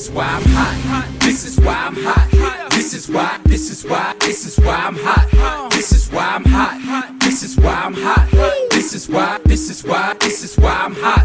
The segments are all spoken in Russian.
why I'm hot. This is why I'm hot. This is why I'm hot. This is why I'm hot. This is why I'm hot. This is why I'm hot.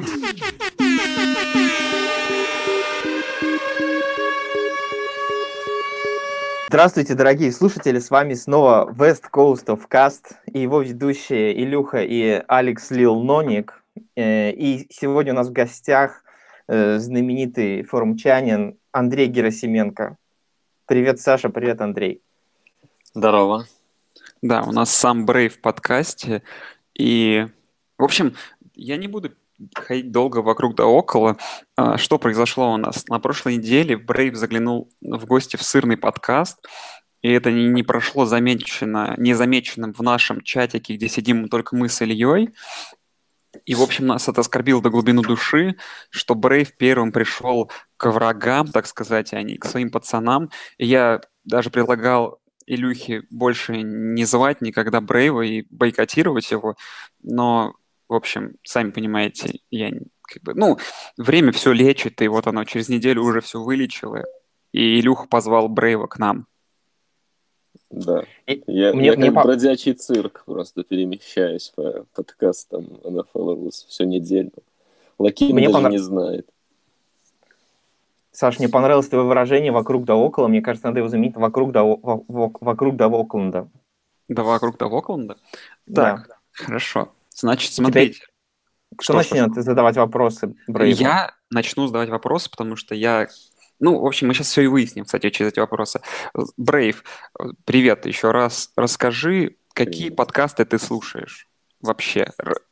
Здравствуйте, дорогие слушатели, с вами снова West Coast of Cast и его ведущие Илюха и Алекс Лил Ноник. И сегодня у нас в гостях знаменитый форумчанин Андрей Герасименко. Привет, Саша, привет, Андрей. Здорово. Да, у нас сам Brave в подкасте. И, в общем, я не буду ходить долго вокруг да около. Что произошло у нас? На прошлой неделе Brave заглянул в гости в сырный подкаст, и это не прошло незамеченным в нашем чатике, где сидим только мы с Ильей. И, в общем, нас это оскорбило до глубины души, что Brave первым пришел к врагам, так сказать, а не к своим пацанам. И я даже предлагал Илюхе больше не звать никогда Брейва и бойкотировать его, но, в общем, сами понимаете, время все лечит, и вот оно через неделю уже все вылечило, и Илюха позвал Брейва к нам. Да, я как бродячий цирк просто перемещаюсь по подкастам NFL Rus всю неделю. Лаким даже не знает. Саш, мне понравилось твое выражение «вокруг да около». Мне кажется, надо его заменить «вокруг да Окленда». Да, «вокруг да Окленда»? Да. Так, хорошо. Значит, смотрите. Кто начнет задавать вопросы Брейву? Я начну задавать вопросы, потому что в общем, мы сейчас все и выясним, кстати, через эти вопросы. Брейв, привет еще раз. Расскажи, какие подкасты ты слушаешь вообще?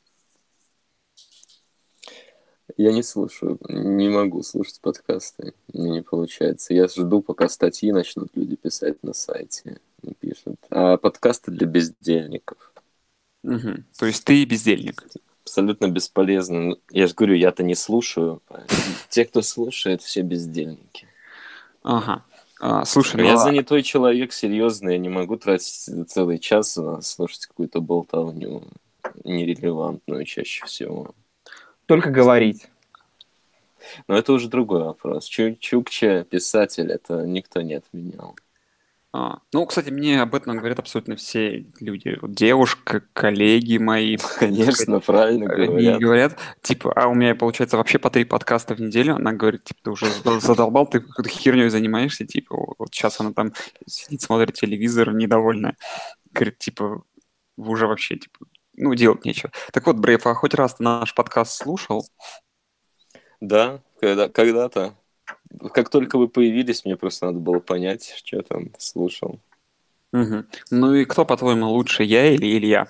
Я не слушаю, не могу слушать подкасты, мне не получается. Я жду, пока статьи начнут люди писать на сайте, не пишут. А подкасты для бездельников. Угу. То есть ты бездельник? Абсолютно бесполезно. Я же говорю, я-то не слушаю. Те, кто слушает, все бездельники. Ага. Слушай, я занятой человек, серьезный, я не могу тратить целый час на слушать какую-то болтовню нерелевантную чаще всего. Только говорить. Но это уже другой вопрос. Чукча, писатель, это никто не отменял. Кстати, мне об этом говорят абсолютно все люди. Девушка, коллеги мои. Конечно, правильно говорят. Говорят, у меня получается вообще по 3 подкаста в неделю. Она говорит, ты уже задолбал, ты какой-то херней занимаешься. Вот сейчас она там сидит, смотрит телевизор, недовольная. Говорит, уже вообще, делать нечего. Так вот, Брейв, а хоть раз ты наш подкаст слушал? Да, когда-то. Как только вы появились, мне просто надо было понять, что я там слушал. Угу. Ну и кто, по-твоему, лучше, я или Илья?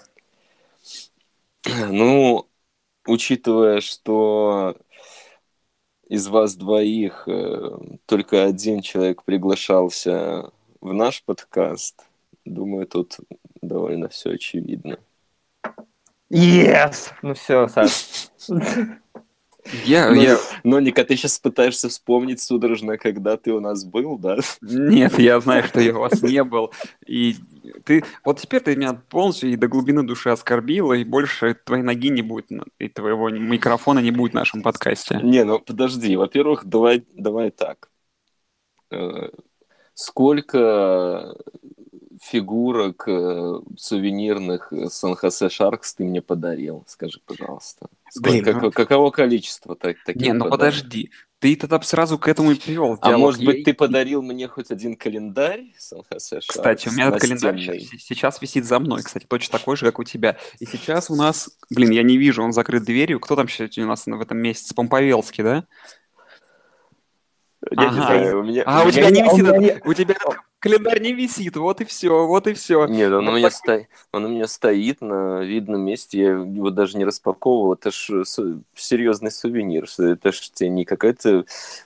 Учитывая, что из вас двоих только один человек приглашался в наш подкаст, думаю, тут довольно все очевидно. Yes! Ну все, Саш. Ноника, ты сейчас пытаешься вспомнить судорожно, когда ты у нас был, да? Нет, я знаю, что я у вас не был. И теперь ты меня полностью и до глубины души оскорбила, и больше твоей ноги не будет, и твоего микрофона не будет в нашем подкасте. Подожди. Во-первых, давай так. Сколько фигурок сувенирных Сан-Хосе Шаркс ты мне подарил? Скажи, пожалуйста. Каково количество таких подарков? Подожди. Ты тогда сразу к этому и привел. А может быть, ты подарил мне хоть один календарь Сан-Хосе Шаркс? Кстати, у меня этот календарь сейчас висит за мной, кстати, точно такой же, как у тебя. И сейчас у нас... я не вижу, он закрыт дверью. Кто там сейчас у нас в этом месяце? Помповелский, да? Я не знаю, у меня... у тебя не висит, у тебя календарь не висит, вот и все. Нет, он у меня стоит на видном месте, я его даже не распаковывал, это ж серьезный сувенир, это ж тебе не какая-то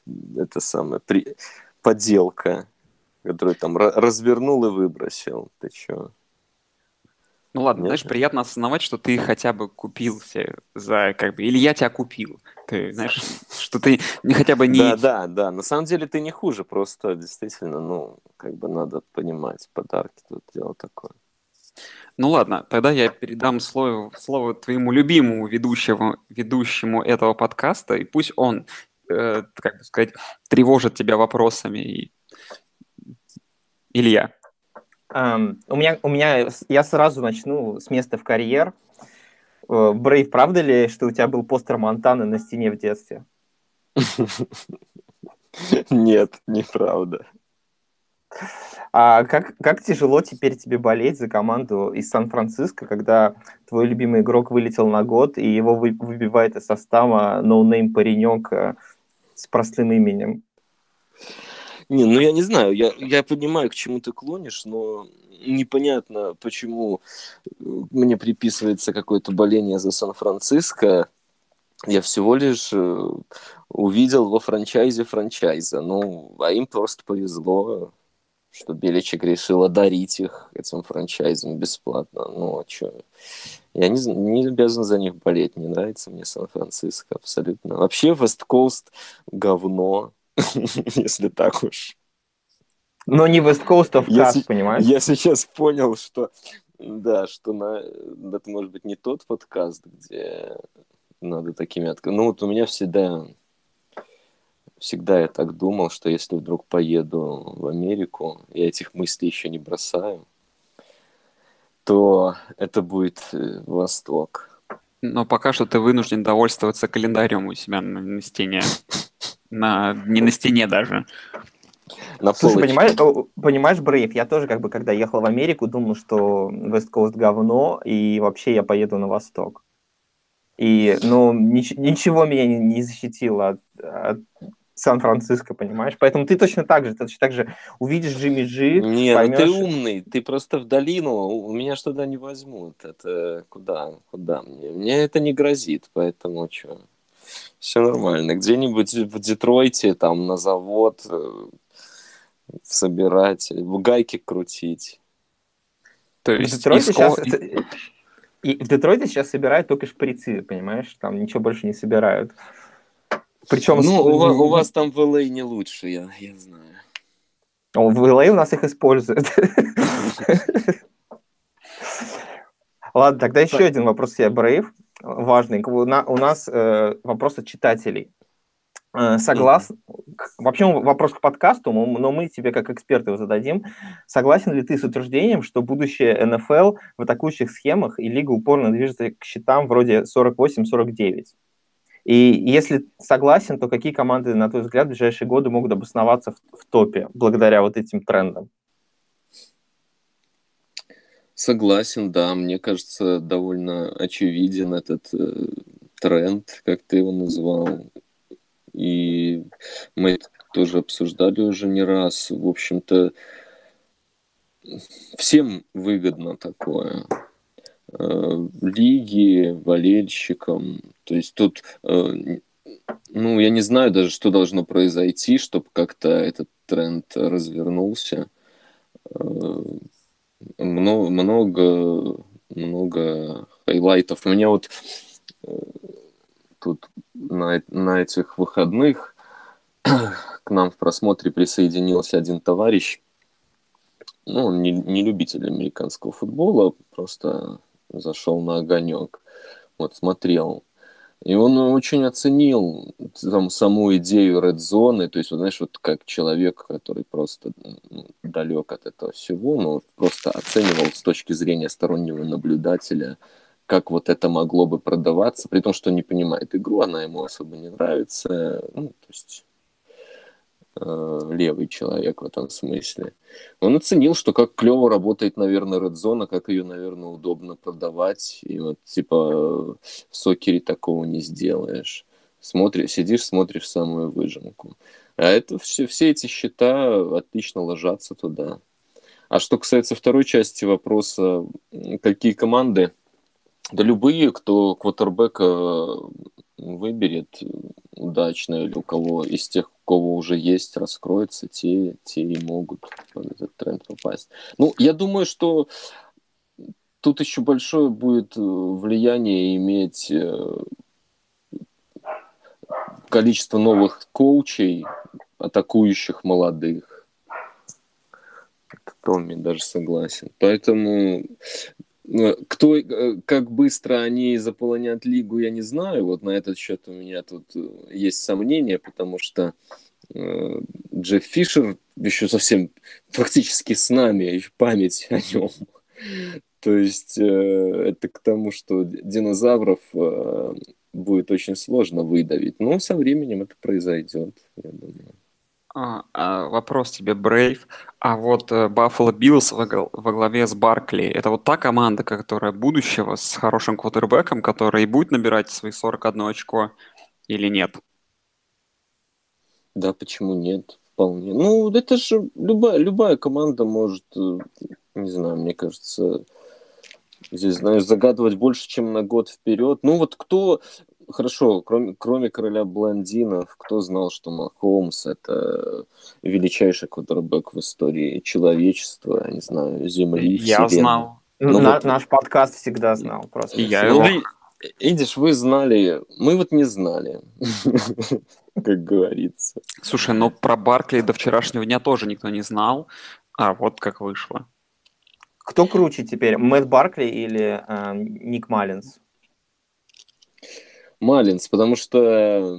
подделка, которую там развернул и выбросил, ты чё? Ну ладно, знаешь, приятно осознавать, что ты хотя бы купился или я тебя купил. Ты знаешь, что ты хотя бы не... Да, на самом деле ты не хуже, просто действительно, надо понимать, подарки тут дело такое. Ну ладно, тогда я передам слово твоему любимому ведущему этого подкаста, и пусть он как бы сказать, тревожат тебя вопросами? Илья. Я сразу начну с места в карьер. Брейв, правда ли, что у тебя был постер Монтаны на стене в детстве? Нет, неправда. А как тяжело теперь тебе болеть за команду из Сан-Франциско, когда твой любимый игрок вылетел на год, и его выбивает из состава ноунейм паренек с простым именем? Не, ну я не знаю, я понимаю, к чему ты клонишь, но непонятно, почему мне приписывается какое-то боление за Сан-Франциско. Я всего лишь увидел во франчайзе франчайза. Ну, а им просто повезло, что Беличек решил одарить их этим франчайзом бесплатно. Ну, а что? Я не обязан за них болеть. Не нравится мне Сан-Франциско абсолютно. Вообще, West Coast говно, если так уж. Но не West Coast of Cast, понимаешь? Я сейчас понял, что да, что это может быть не тот подкаст, где надо такими Ну вот у меня всегда я так думал, что если вдруг поеду в Америку, я этих мыслей еще не бросаю, то это будет Восток. Но пока что ты вынужден довольствоваться календарем у себя на стене. Не на стене даже. Слушай, понимаешь, Брейв, я тоже когда ехал в Америку, думал, что West Coast говно, и вообще я поеду на Восток. И, ничего меня не защитило от Сан-Франциско, понимаешь? Поэтому ты точно так же увидишь Джимми Джи, Не, поймешь... ты умный, ты просто в долину, у меня ж туда не возьмут. Это куда мне? Мне это не грозит, поэтому что? Все нормально. Где-нибудь в Детройте, там, на завод собирать, гайки крутить. То есть в Детройте сейчас собирают только шприцы, понимаешь? Там ничего больше не собирают. Причем... у вас там в LA не лучше, я знаю. В LA у нас их используют. Ладно, тогда еще один вопрос тебе, Брейв, важный. У нас вопрос от читателей. Согласен. Вообще вопрос к подкасту, но мы тебе как эксперты его зададим. Согласен ли ты с утверждением, что будущее НФЛ в атакующих схемах и лига упорно движется к счетам вроде 48-49? И если согласен, то какие команды, на твой взгляд, в ближайшие годы могут обосноваться в топе благодаря вот этим трендам? Согласен, да. Мне кажется, довольно очевиден этот тренд, как ты его назвал. И мы это тоже обсуждали уже не раз. В общем-то, всем выгодно такое. Лиги, болельщикам. То есть тут, я не знаю даже, что должно произойти, чтобы как-то этот тренд развернулся. Много хайлайтов. У меня вот тут на этих выходных к нам в просмотре присоединился один товарищ. Он не любитель американского футбола, просто зашел на огонек. Вот, смотрел. И он очень оценил саму идею Red Zone. То есть, знаешь, вот как человек, который просто далек от этого всего, просто оценивал с точки зрения стороннего наблюдателя, как вот это могло бы продаваться, при том, что не понимает игру, она ему особо не нравится. То есть левый человек в этом смысле. Он оценил, что как клево работает, наверное, Red Zone, как ее, наверное, удобно продавать. И вот, в сокере такого не сделаешь. Сидишь, смотришь самую выжимку. А это все эти счета отлично ложатся туда. А что касается второй части вопроса, какие команды? Да любые, кто квотербека выберет удачно, или у кого из тех, у кого уже есть, раскроется, те и могут под этот тренд попасть. Я думаю, что тут еще большое будет влияние иметь количество новых коучей, атакующих молодых. Томми даже согласен. Поэтому Кто, как быстро они заполонят лигу, я не знаю. Вот на этот счет у меня тут есть сомнения, потому что Джефф Фишер еще совсем фактически с нами, еще память о нем. То есть это к тому, что динозавров будет очень сложно выдавить. Но со временем это произойдет, я думаю. Вопрос тебе, Брейв. А вот Баффало Биллс во главе с Баркли, это вот та команда, которая будущего с хорошим квотербеком, которая и будет набирать свои 41 очко или нет? Да, почему нет? Вполне. Ну, это же любая команда может, не знаю, мне кажется, здесь, знаешь, загадывать больше, чем на год вперед. Ну, вот кто, хорошо, кроме короля блондинов, кто знал, что Махомс — это величайший квотербек в истории человечества, не знаю, Земли, Я Вселенной. знал. Ну, вот, Наш подкаст всегда знал. Просто И я всего. его... видишь, вы знали, мы вот не знали, как говорится. Слушай, ну про Баркли до вчерашнего дня тоже никто не знал, а вот как вышло. Кто круче теперь, Мэтт Баркли или Ник Маллинс? Маллинс, потому что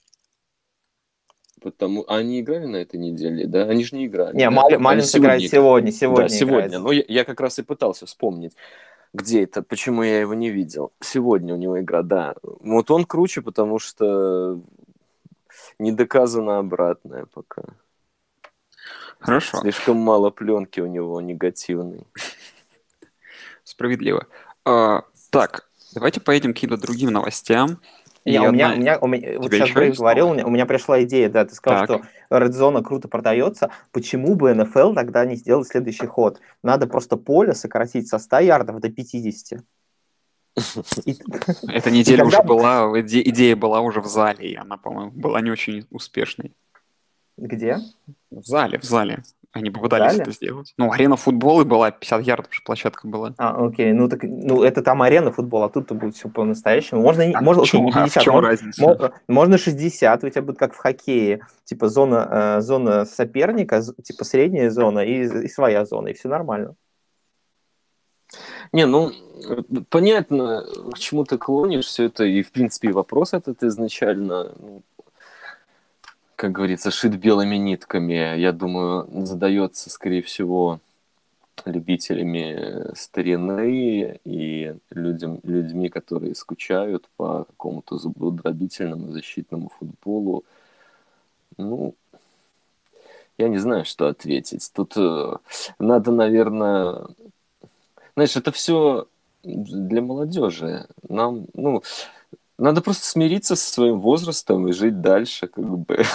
они играли на этой неделе, да? Они же не играли, Не, да? Маллинс играет сегодня. Да, Сегодня сегодня. играет. Но я как раз и пытался вспомнить, где это, почему я его не видел. Сегодня у него игра, да. Вот он круче, потому что не доказано обратное пока. Хорошо. Слишком мало пленки у него негативной. Справедливо. Так, давайте поедем к каким-то другим новостям. Не, И у меня, вот тебя сейчас еще Брейв есть говорил, новость? у меня пришла идея, да, ты сказал, Так. что Red Zone круто продается, почему бы НФЛ тогда не сделать следующий ход? Надо просто поле сократить со 100 ярдов до 50. Эта неделя уже была, идея была уже в зале, и она, по-моему, была не очень успешной. Где? В зале. Они попытались это сделать. Ну, арена футбола была, 50 ярдов же площадка была. Окей, это там арена футбола, а тут-то будет все по-настоящему. Можно, не 50, в чем разница? можно 60, у тебя будет как в хоккее, типа зона соперника, типа средняя зона и своя зона, и все нормально. Не, ну, понятно, к чему ты клонишь, все это, и, в принципе, и вопрос этот изначально, как говорится, шит белыми нитками, я думаю, задается, скорее всего, любителями старины и людьми, которые скучают по какому-то зубодробительному защитному футболу. Ну, я не знаю, что ответить. Тут надо, наверное... Знаешь, это все для молодежи. Нам, надо просто смириться со своим возрастом и жить дальше, как бы.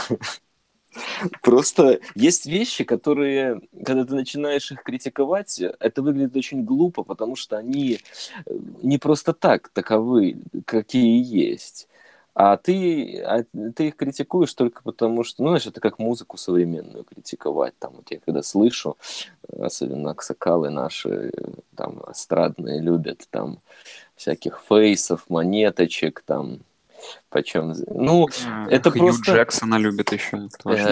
Просто есть вещи, которые, когда ты начинаешь их критиковать, это выглядит очень глупо, потому что они не просто так таковы, какие есть. А ты их критикуешь только потому, что, знаешь, это как музыку современную критиковать. Там, вот я когда слышу, особенно аксакалы наши, там, эстрадные, любят там всяких фейсов, монеточек, там, почем... это Хью просто... Джексона любят еще.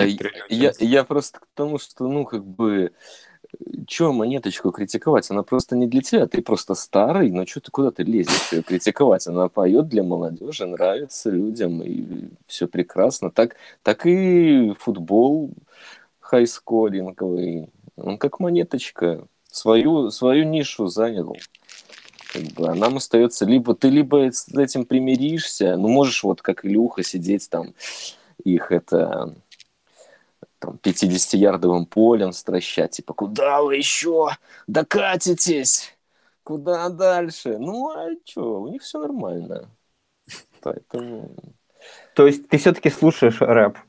Я просто к тому, что, как бы, чё монеточку критиковать? Она просто не для тебя, ты просто старый, но куда ты лезешь ее критиковать? Она поет для молодежи, нравится людям, и все прекрасно. Так и футбол хайскоринговый, он как монеточка, свою нишу занял. Как бы, а нам остается либо с этим примиришься, можешь вот как Илюха сидеть там, их это... там, 50-ярдовым полем стращать, типа, куда вы еще докатитесь? Куда дальше? А что, у них все нормально. Поэтому... То есть ты все-таки слушаешь рэп?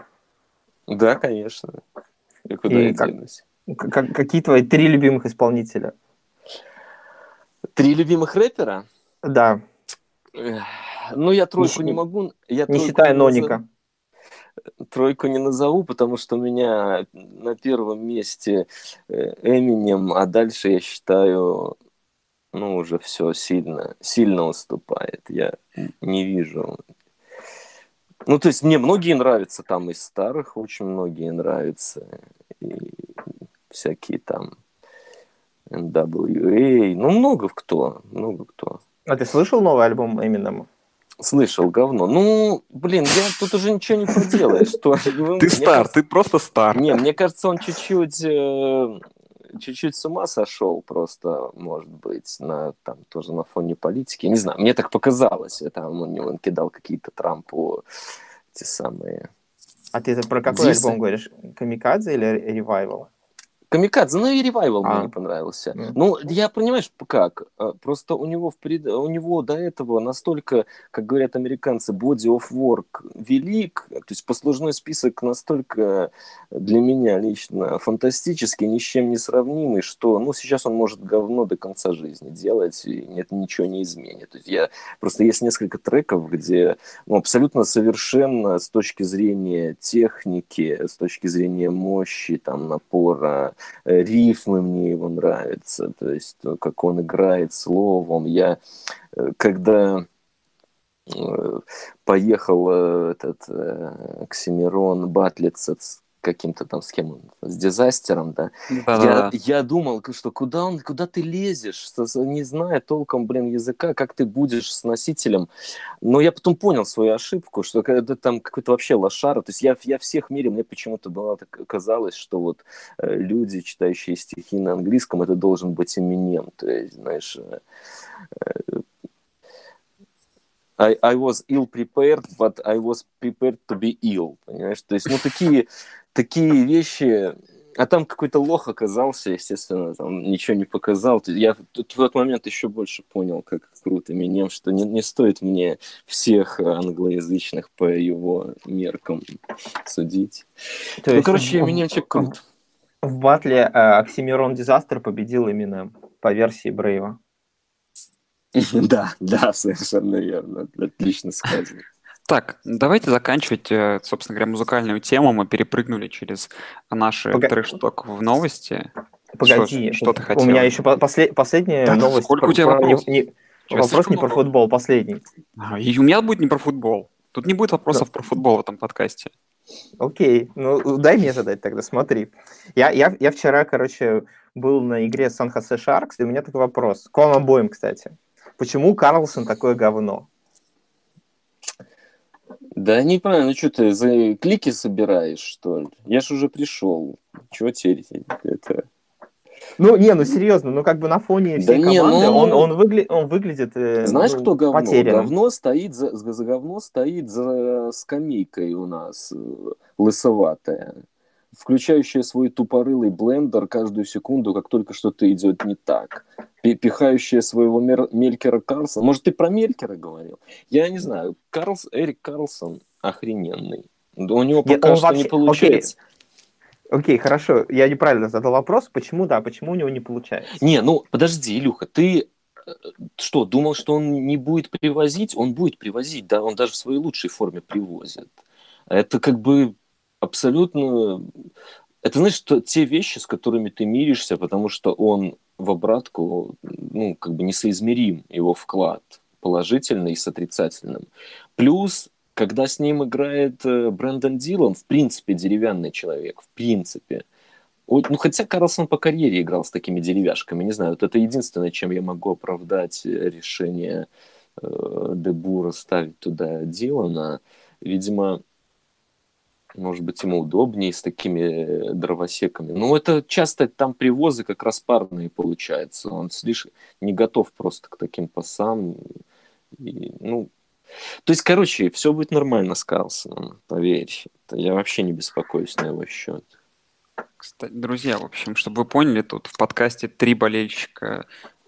Да, конечно. И куда я денусь? Какие твои 3 любимых исполнителя? 3 любимых рэпера? Да. Я тройку не могу. Не считая Ноника. Тройку не назову, потому что у меня на первом месте Эминем, а дальше я считаю, уже все сильно уступает. Я не вижу. То есть мне многие нравятся, там из старых очень многие нравятся. И всякие там NWA, ну много кто. А ты слышал новый альбом Эминема? Слышал, говно. Ну, блин, я тут уже ничего не поделаешь. Ты стар, ты просто стар. Не, мне кажется, он чуть-чуть с ума сошел просто, может быть, там тоже на фоне политики. Не знаю, мне так показалось. Там он кидал какие-то Трампу те самые... А ты про какой альбом говоришь? Камикадзе или Ревайвал? Камикадзе, ну и Ревайвал мне не понравился. Ну, я, понимаешь, как? Просто у него до этого настолько, как говорят американцы, body of work велик, то есть послужной список настолько для меня лично фантастический, ни с чем не сравнимый, что, ну, сейчас он может говно до конца жизни делать, и это ничего не изменит. То есть просто есть несколько треков, где абсолютно совершенно с точки зрения техники, с точки зрения мощи, там, напора, рифмы мне его нравятся, то есть то, как он играет словом. Я когда поехал Оксимирон батлиться с каким-то там, с кем он, с Дизастером, да. Я думал, что куда ты лезешь, не зная толком, языка, как ты будешь с носителем. Но я потом понял свою ошибку, что это там какой-то вообще лошара. То есть я всех мерил, мне почему-то казалось, что вот люди, читающие стихи на английском, это должен быть Эминем. То есть, знаешь... I was ill prepared, but I was prepared to be ill. Понимаешь? То есть, такие вещи... А там какой-то лох оказался, естественно, там ничего не показал. Я в тот момент еще больше понял, как круто Эминем, что не стоит мне всех англоязычных по его меркам судить. Эминемчик крут. В батле Оксимирон Дизастер победил Эминем по версии Брейва. Да, совершенно верно. Отлично сказано. Так, давайте заканчивать, собственно говоря, музыкальную тему. Мы перепрыгнули через наши трэш-ток в новости. Погоди, что ты хотел? У меня еще последняя новость. Сколько у тебя вопросов? Вопрос не про футбол, последний. И у меня будет не про футбол. Тут не будет вопросов про футбол в этом подкасте. Окей, ну дай мне задать тогда, смотри. Я вчера, был на игре Сан-Хосе Шаркс, и у меня такой вопрос. К вам обоим, кстати. Почему Карлсон такое говно? Да неправильно, ну что ты за клики собираешь, что ли? Я ж уже пришел. Чего теперь это... Ну серьезно, на фоне всей команды он выглядит знаешь, кто говно? Потерянным. Говно стоит за скамейкой у нас, лысоватая, включающая свой тупорылый блендер каждую секунду, как только что-то идет не так. Пихающая своего Мелькера Карлсона. Может, ты про Мелькера говорил? Я не знаю. Эрик Карлсон охрененный. У него пока что не получается. Окей, хорошо. Я неправильно задал вопрос. Почему у него не получается? Подожди, Илюха, ты что, думал, что он не будет привозить? Он будет привозить, да, он даже в своей лучшей форме привозит. Это абсолютно... Это, знаешь, те вещи, с которыми ты миришься, потому что он в обратку, несоизмерим его вклад положительный с отрицательным. Плюс, когда с ним играет Брэндон Дилан, в принципе, деревянный человек, в принципе. Хотя Карлсон по карьере играл с такими деревяшками, не знаю, это единственное, чем я могу оправдать решение Дебура ставить туда Дилана. Видимо, может быть, ему удобнее с такими дровосеками. Это часто там привозы как раз парные получаются. Он слишком не готов просто к таким пасам. То есть, все будет нормально с Карлсоном, поверь. Я вообще не беспокоюсь на его счет. Кстати, друзья, в общем, чтобы вы поняли, тут в подкасте 3 болельщика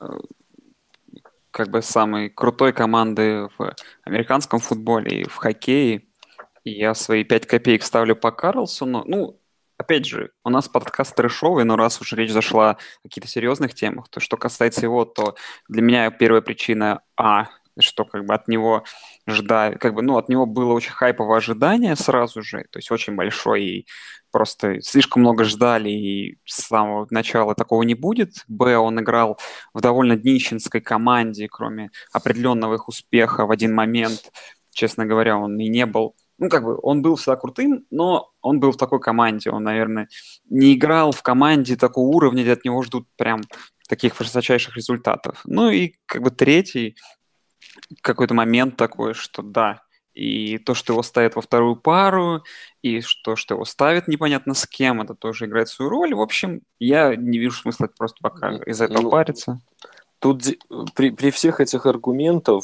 самой крутой команды в американском футболе и в хоккее. И я свои 5 копеек ставлю по Карлсону. Опять же, у нас подкаст трэшовый, но раз уж речь зашла о каких-то серьезных темах, то что касается его, то для меня первая причина что от него ждали, от него было очень хайповое ожидание сразу же, то есть очень большое, и просто слишком много ждали, и с самого начала такого не будет. Он играл в довольно днищенской команде, кроме определенного их успеха в один момент, честно говоря, он и не был. Он был всегда крутым, но он был в такой команде. Он, наверное, не играл в команде такого уровня, где от него ждут прям таких высочайших результатов. Ну и как бы третий какой-то момент такой, что да, и то, что его ставят во вторую пару, и что его ставят непонятно с кем, это тоже играет свою роль. В общем, я не вижу смысла просто пока из-за этого Ну, париться. тут при всех этих аргументах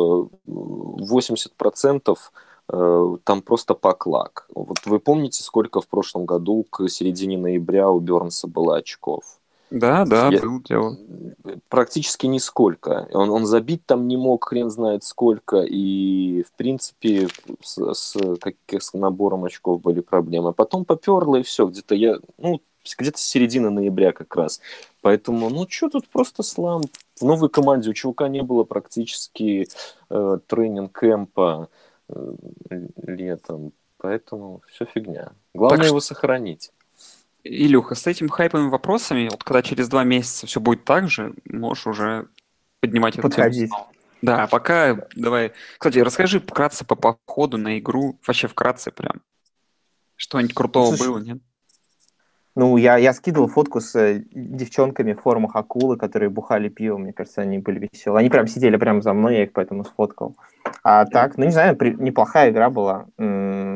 80% там просто поклак. Вот вы помните, сколько в прошлом году к середине ноября у Бернса было очков? Да, Я- было дело. Практически нисколько. Он забить там не мог, хрен знает сколько, и, в принципе, с набором очков были проблемы. Потом поперло, и все, где-то с середины ноября как раз. Поэтому, что тут просто слам. В новой команде у чувака не было практически тренинг-кэмпа летом, поэтому все фигня. Главное Так его сохранить. Илюха, с этими хайповыми вопросами, вот когда через 2 месяца все будет так же, можешь уже поднимать эту тему Подходить. снова. Да, а пока давай... Кстати, расскажи вкратце по походу на игру, вообще вкратце прям. Что-нибудь крутого Слушай, было, нет? Ну, я скидывал фотку с девчонками в формах акулы, которые бухали пиво. Мне кажется, они были веселые. Они прям сидели прямо за мной, я их поэтому сфоткал. А так, не знаю, неплохая игра была. У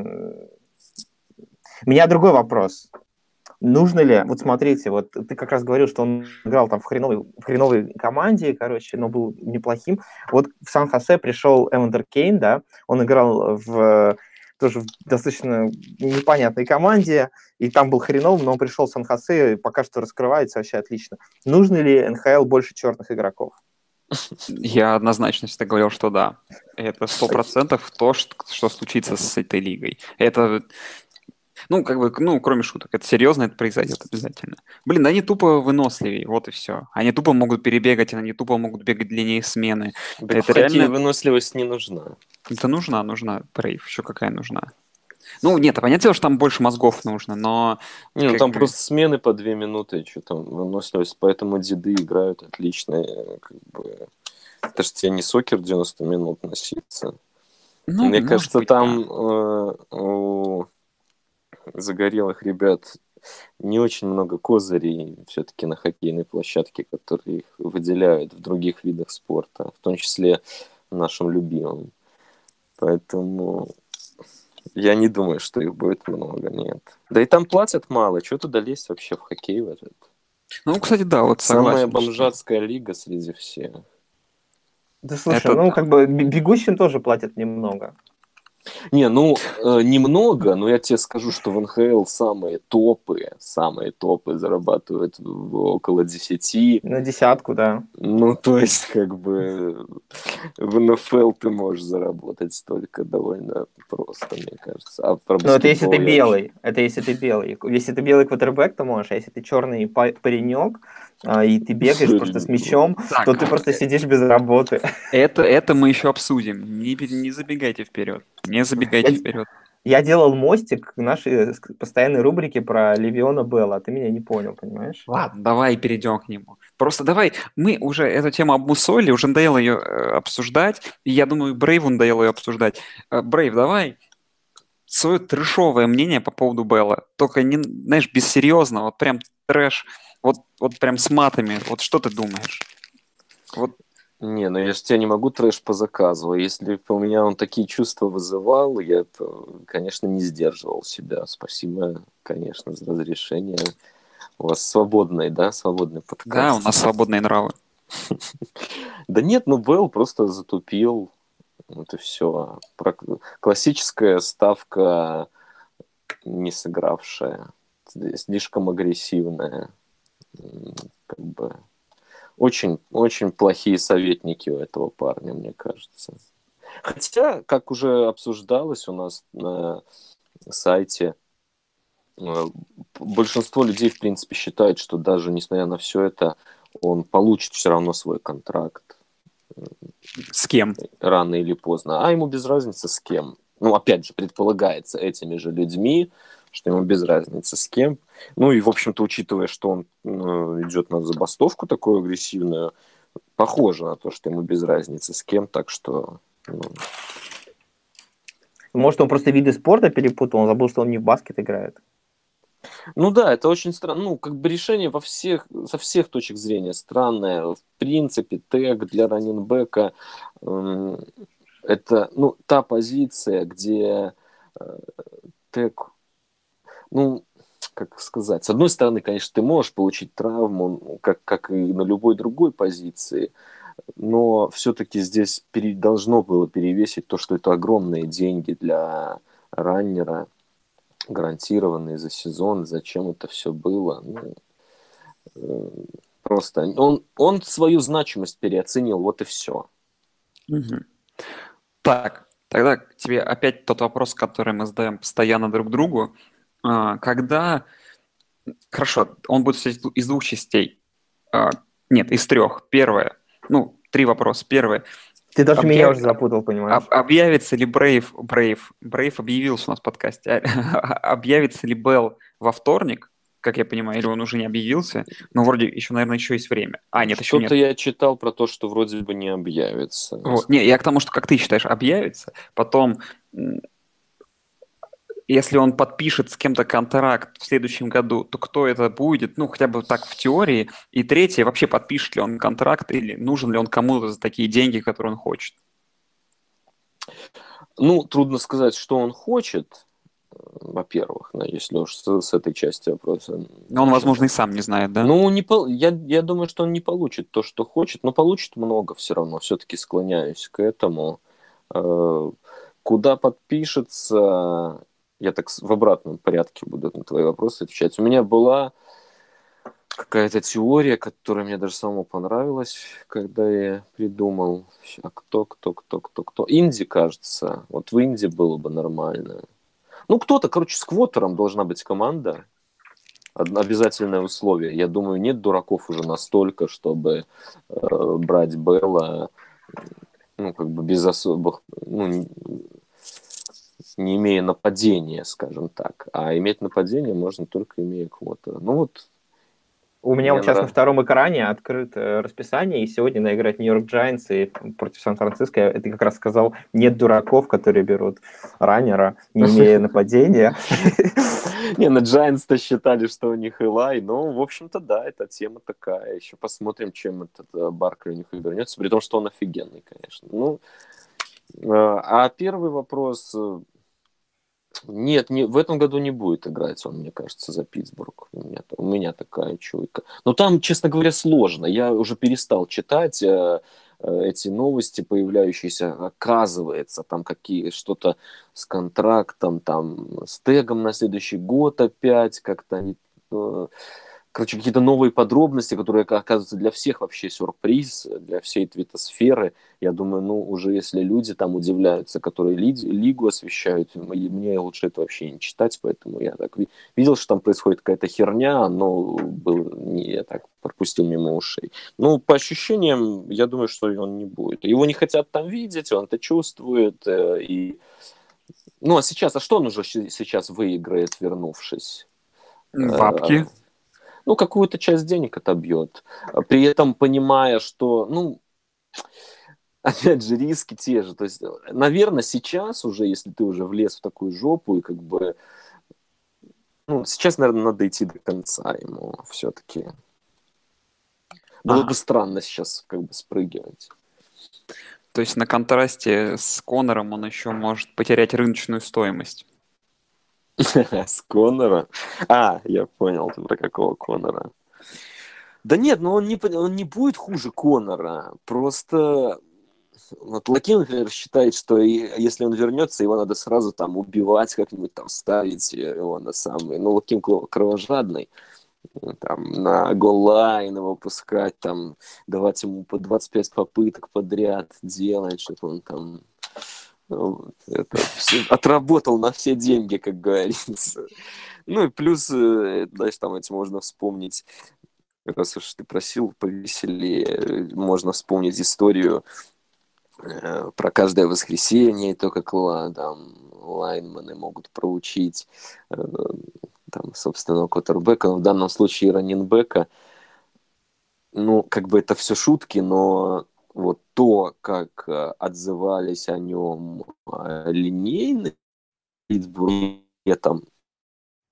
меня другой вопрос. Нужно ли, вот смотрите, вот ты как раз говорил, что он играл там в хреновой команде, короче, но был неплохим. Вот в Сан-Хосе пришел Эвандер Кейн, да, он играл тоже в достаточно непонятной команде, и там был хреновым, но он пришел в Сан-Хосе и пока что раскрывается вообще отлично. Нужно ли НХЛ больше черных игроков? Я однозначно всегда говорил, что да. Это 100% то, что случится с этой лигой. Это... кроме шуток, это серьезно, это произойдет обязательно. Блин, они тупо выносливее, вот и все. Они тупо могут перебегать, они тупо могут бегать длиннее смены. Так Это в хоккее реально... выносливость не нужна. Это нужна, Брейв, еще какая нужна. Ну, нет, понятное дело, что там больше мозгов нужно, но... Там просто смены по 2 минуты, что там выносливость, поэтому деды играют отлично. Как бы... Это же тебе не сокер 90 минут носиться. Мне кажется, быть, там да. у загорелых ребят не очень много козырей все-таки на хоккейной площадке, которые их выделяют в других видах спорта, в том числе нашим любимым. Поэтому я не думаю, что их будет много, нет. Да и там платят мало, что туда лезть вообще в хоккей в этот? Ну, кстати, да, вот Самая согласен. бомжатская лига среди всех. Да слушай, Это как бы бегущим тоже платят немного. Немного, но я тебе скажу, что в НХЛ самые топы зарабатывают около 10. На десятку, да. То есть, как бы, в НФЛ ты можешь заработать столько довольно просто, мне кажется. А про Но это если ты баскетбол белый. Это если ты белый. Если ты белый квотербек, то можешь. А если ты черный паренек, и ты бегаешь просто с мячом, Так. то ты просто сидишь без работы. Это мы еще обсудим. Не забегайте вперед. Не забегайте вперед. Я делал мостик к нашей постоянной рубрике про Левиона Белла, а ты меня не понял, понимаешь? Ладно, давай перейдем к нему. Просто давай, мы уже эту тему обмусолили, уже надоело ее обсуждать, и я думаю, Брейву надоело ее обсуждать. Брейв, давай свое трэшовое мнение по поводу Белла, только, не, знаешь, бессерьезно, вот прям трэш, вот прям с матами, вот что ты думаешь? Вот. Не, я же тебя не могу трэш по заказу. Если бы у меня он такие чувства вызывал, я, конечно, не сдерживал себя. Спасибо, конечно, за разрешение. У вас свободный подкаст. Да, у нас свободные нравы. Да нет, Белл просто затупил. Вот и все. Классическая ставка не сыгравшая. Слишком агрессивная. Как бы... Очень, очень плохие советники у этого парня, мне кажется. Хотя, как уже обсуждалось у нас на сайте, большинство людей, в принципе, считают, что даже несмотря на все это, он получит все равно свой контракт. С кем? Рано или поздно. А ему без разницы с кем. Опять же, предполагается этими же людьми, что ему без разницы с кем. И, в общем-то, учитывая, что он идет на забастовку такую агрессивную, похоже на то, что ему без разницы с кем, так что... Может, он просто виды спорта перепутал, он забыл, что он не в баскет играет. Ну да, это очень странно. Ну, как бы решение со всех точек зрения странное. В принципе, тег для раннинбека это, ну, та позиция, где э, тег, ну, как сказать, с одной стороны, конечно, ты можешь получить травму, ну, как и на любой другой позиции, но все-таки здесь должно было перевесить то, что это огромные деньги для раннера, гарантированные за сезон, зачем это все было. Ну, просто он свою значимость переоценил, вот и все. Мгм. Так, тогда к тебе опять тот вопрос, который мы задаем постоянно друг другу. Когда... Хорошо, он будет состоять из двух частей. А, Нет, из трех. Первое. Ну, три вопроса. Первое. Ты даже меня Объяв- уже запутал, понимаешь? Объявится ли Брейв объявился у нас в подкасте, объявится ли Белл во вторник, как я понимаю, или он уже не объявился, но вроде еще, наверное, еще есть время. Нет, еще Что-то нет. я читал про то, что вроде бы не объявится. Вот. Не, я к тому, что, как ты считаешь, объявится, потом, если он подпишет с кем-то контракт в следующем году, то кто это будет, ну, хотя бы так в теории. И третье, вообще подпишет ли он контракт или нужен ли он кому-то за такие деньги, которые он хочет. Ну, трудно сказать, что он хочет, во-первых, если уж с этой части вопроса Но он, возможно, начинать. и сам не знает, да? Ну, я думаю, что он не получит то, что хочет, но получит много все равно. Все-таки склоняюсь к этому. Э, Куда подпишется, я так в обратном порядке буду на твои вопросы отвечать. У меня была какая-то теория, которая мне даже самому понравилась, когда я придумал, а кто. Инди, кажется. Вот в Инди было бы нормально. Ну, кто-то, короче, с квотером должна быть команда. Обязательное условие. Я думаю, нет дураков уже настолько, чтобы брать Белла, ну, как бы без особых, ну, не имея нападения, скажем так. А иметь нападение можно только имея квотера. Ну вот, У меня мне вот сейчас на нравится. втором экране открыт расписание, и сегодня наиграть Нью-Йорк Джайнс и против Сан-Франциско. Ты как раз сказал, нет дураков, которые берут раннера, не имея нападения. Не, на Giants-то считали, что у них Элай, но, в общем-то, да, эта тема такая. Еще посмотрим, чем этот Баркли у них обернется, при том, что он офигенный, конечно. Ну, а первый вопрос... Нет, в этом году не будет играть он, мне кажется, за Питтсбург. У меня такая чуйка. Но там, честно говоря, сложно. Я уже перестал читать эти новости, появляющиеся. Оказывается, там что-то с контрактом, там с тегом на следующий год опять как-то они... Короче, какие-то новые подробности, которые оказываются для всех вообще сюрприз, для всей твитосферы. Я думаю, ну, уже если люди там удивляются, которые лигу освещают, мне лучше это вообще не читать, поэтому я так видел, что там происходит какая-то херня, но я так пропустил мимо ушей. Ну, по ощущениям, я думаю, что он не будет. Его не хотят там видеть, он это чувствует. Ну, а что он уже сейчас выиграет, вернувшись? Бабки. Ну, какую-то часть денег отобьет. При этом понимая, что, ну, опять же, риски те же. То есть, наверное, сейчас уже, если ты уже влез в такую жопу, и как бы, ну, сейчас, наверное, надо идти до конца ему все-таки. Было бы странно сейчас как бы спрыгивать. То есть на контрасте с Конором он еще может потерять рыночную стоимость. С Конора? Я понял, ты про какого Конора. Да нет, но он не будет хуже Конора. Просто вот Лакин, например, считает, что если он вернется, его надо сразу там убивать, как-нибудь там ставить его на самый... Ну, Лакин кровожадный. Там на голлайн его пускать, там давать ему по 25 попыток подряд делать, чтобы он там отработал на все деньги, как говорится. Ну и плюс, знаешь, там эти можно вспомнить, раз уж ты просил повеселее, можно вспомнить историю про каждое воскресенье, и то, как там лайнмены могут проучить там, собственного квотербека, но в данном случае раннинбека. Ну, как бы это все шутки, но вот то, как отзывались о нем линейные Питтсбурге, там, что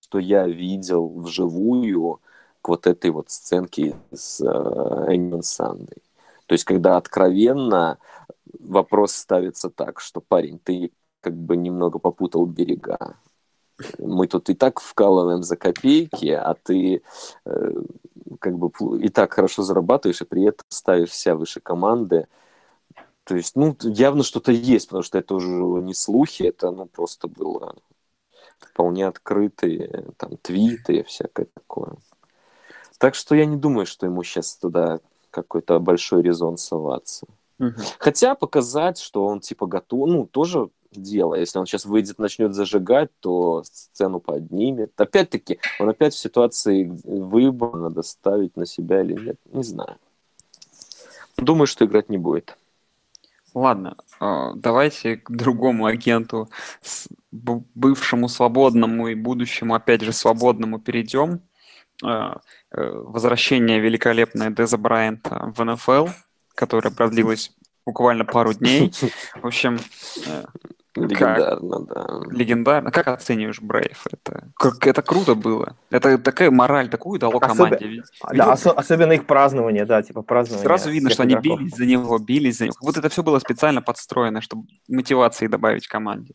что я видел вживую к вот этой вот сценке с Энни Сандой. То есть, когда откровенно вопрос ставится так, что, парень, ты как бы немного попутал берега. Мы тут и так вкалываем за копейки, а ты как бы и так хорошо зарабатываешь, и при этом ставишь себя выше команды. То есть, ну, явно что-то есть, потому что это уже не слухи, это, ну, просто было вполне открытые там твиты и всякое такое. Так что я не думаю, что ему сейчас туда какой-то большой резон соваться. Хотя показать, что он типа готов, ну, тоже дело. Если он сейчас выйдет, начнет зажигать, то сцену поднимет. Опять-таки, он опять в ситуации выбора, надо ставить на себя или нет. Не знаю. Думаю, что играть не будет. Ладно, давайте к другому агенту, бывшему свободному и будущему, опять же, свободному перейдем. Возвращение великолепное Деза Брайанта в НФЛ, которое продлилось буквально пару дней. В общем, легендарно, да. Легендарно. Как оцениваешь Брейв? Это круто было. Это такая мораль, такую дало команде. Да, особенно их празднование, да, типа празднование. Сразу видно, что они бились за него. Как будто это все было специально подстроено, чтобы мотивации добавить команде.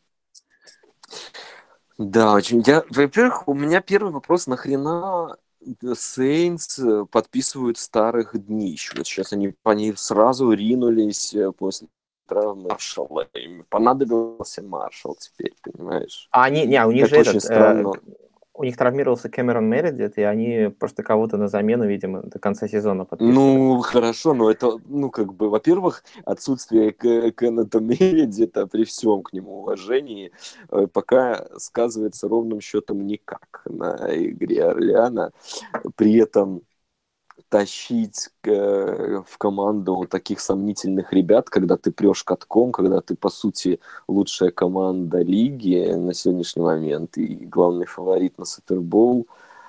Да, очень. Во-первых, у меня первый вопрос: нахрена Saints подписывают старых днищ? Вот сейчас они по ней сразу ринулись после травмы Маршалла. Им понадобился Маршалл теперь, понимаешь? У них это же очень странно. У них травмировался Кэмерон Мередит, и они просто кого-то на замену, видимо, до конца сезона подписывали. Ну, хорошо, но это, ну, как бы, во-первых, отсутствие Кеннета Мередита, при всем к нему уважении, пока сказывается ровным счетом никак на игре Орлеана. При этом тащить в команду таких сомнительных ребят, когда ты прешь катком, когда ты, по сути, лучшая команда лиги на сегодняшний момент и главный фаворит на Супербоул,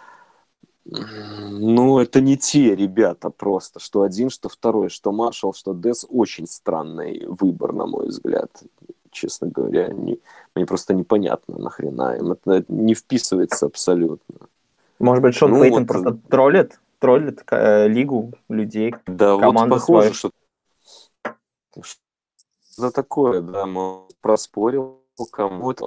ну, это не те ребята просто, что один, что второй, что Маршалл, что Дес. Очень странный выбор, на мой взгляд. Честно говоря, мне просто непонятно, нахрена им. Это не вписывается абсолютно. Может быть, Шон Пейтон просто троллит лигу, людей, да, команду вот похоже, свою. что за такое, да, проспорил кому-то.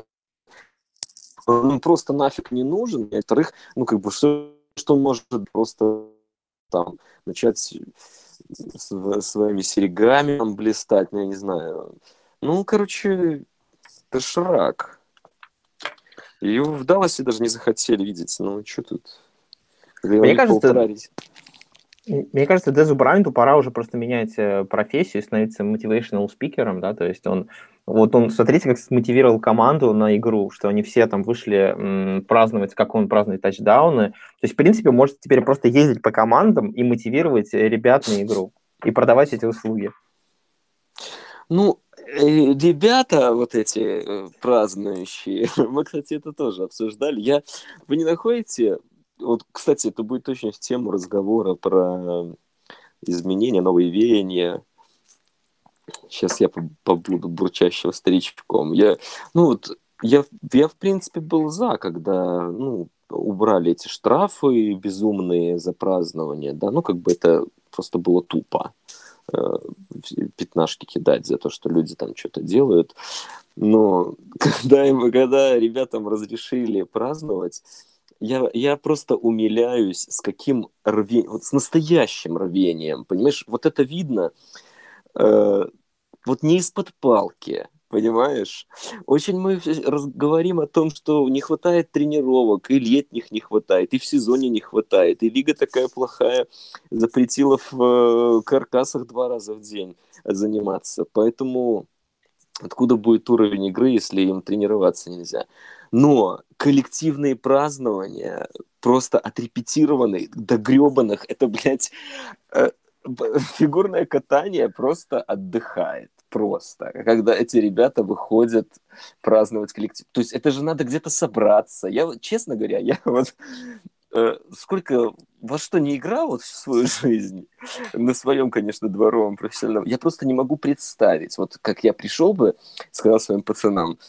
Он просто нафиг не нужен. И, во-вторых, ну, как бы, что он может просто там начать своими серьгами там блистать, ну, я не знаю. Ну, короче, это Шрак. Ее в Далласе даже не захотели видеть. Ну, что тут? Мне кажется, Дезу Брайанту пора уже просто менять профессию и становиться мотивейшнл спикером, да, то есть он, смотрите, как смотивировал команду на игру, что они все там вышли праздновать, как он празднует тачдауны, то есть, в принципе, может теперь просто ездить по командам и мотивировать ребят на игру и продавать эти услуги. Ну, ребята вот эти празднующие, мы, кстати, это тоже обсуждали. Вы не находите... Вот, кстати, это будет точно в тему разговора про изменения, новые веяния. Сейчас я побуду бурчащим старичком. Я, в принципе, был за, когда, убрали эти штрафы безумные за празднование, да, как бы это просто было тупо. Пятнашки кидать за то, что люди там что-то делают. Но когда ребятам разрешили праздновать, я просто умиляюсь, с каким рвением, вот с настоящим рвением, понимаешь, вот это видно, вот не из-под палки, понимаешь? Очень мы говорим о том, что не хватает тренировок, и летних не хватает, и в сезоне не хватает, и лига такая плохая, запретила в каркасах 2 раза в день заниматься, поэтому откуда будет уровень игры, если им тренироваться нельзя? Но коллективные празднования, просто отрепетированные до гребаных, это, блядь, фигурное катание просто отдыхает. Просто. Когда эти ребята выходят праздновать коллектив. То есть это же надо где-то собраться. Честно говоря, сколько во что не играл вот в свою жизнь, на своем, конечно, дворовом профессиональном, я просто не могу представить, вот как я пришел бы, сказал своим пацанам: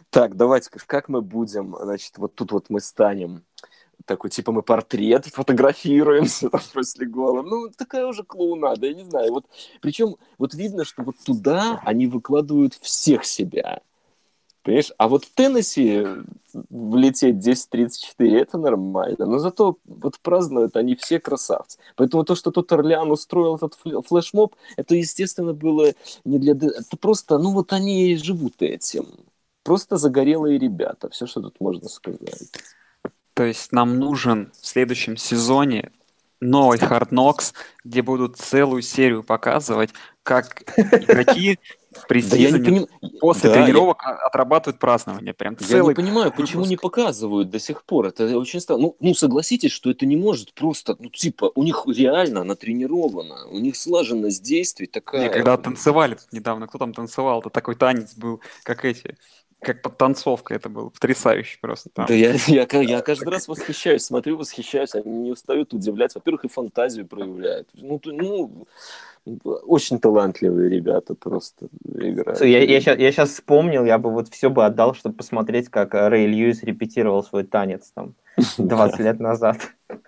Так, давайте, как мы будем, значит, вот тут вот мы станем такой, типа, мы портрет фотографируемся там после гола. Ну, такая уже клоунада, я не знаю. Вот, причем вот видно, что вот туда они выкладывают всех себя. Понимаешь? А вот в Теннесси влететь 10:34 это нормально. Но зато вот празднуют они все красавцы. Поэтому то, что тут Орлеан устроил этот флешмоб, это, естественно, было не для... Это просто, ну вот они живут этим. Просто загорелые ребята. Все, что тут можно сказать. То есть нам нужен в следующем сезоне новый Hard Knocks, где будут целую серию показывать, как игроки в Да я не пресизоне понимаю. после Да, тренировок отрабатывают празднование. Прям я не целый понимаю, почему не выпуск. показывают до сих пор. Это очень странно. Ну, согласитесь, что это не может просто, ну, типа, у них реально натренировано, у них слаженность действий Не, такая. когда танцевали тут недавно, кто там танцевал, то такой танец был, как эти, как подтанцовка это был, потрясающе просто там. Да я каждый раз восхищаюсь, смотрю, восхищаюсь, они не устают удивлять. Во-первых, и фантазию проявляют. Ну, очень талантливые ребята просто играют. Я сейчас вспомнил, я бы вот все бы отдал, чтобы посмотреть, как Рэй Льюис репетировал свой танец там 20 лет назад.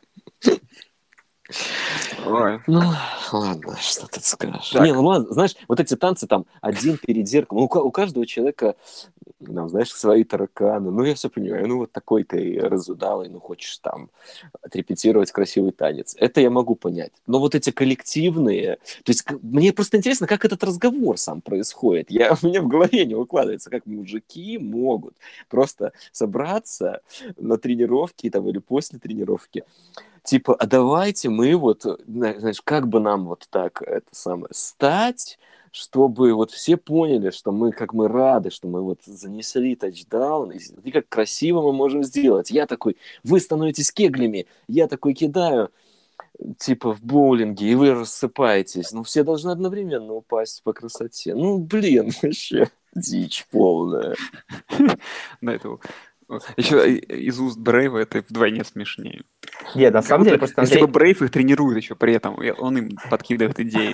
Ой. Ну, ладно, что тут скажешь. Так. Не, ну ладно, знаешь, вот эти танцы там один перед зеркалом, у каждого человека, там, знаешь, свои тараканы. Ну, я все понимаю, ну, вот такой ты разудалый, ну, хочешь там отрепетировать красивый танец. Это я могу понять. Но вот эти коллективные... То есть мне просто интересно, как этот разговор сам происходит. У меня в голове не укладывается, как мужики могут просто собраться на тренировке там, или после тренировки. Типа, а давайте мы вот, знаешь, как бы нам вот так это самое стать, чтобы вот все поняли, что мы, как мы рады, что мы вот занесли тачдаун, и как красиво мы можем сделать. Я такой, вы становитесь кеглями, я такой кидаю, типа в боулинге, и вы рассыпаетесь. Ну, все должны одновременно упасть по красоте. Ну, блин, вообще дичь полная. Да, это еще из уст Брейва это вдвойне смешнее. Нет, на самом деле, будто, просто если Андрей... бы Брейв их тренирует еще при этом, он им подкидывает идеи.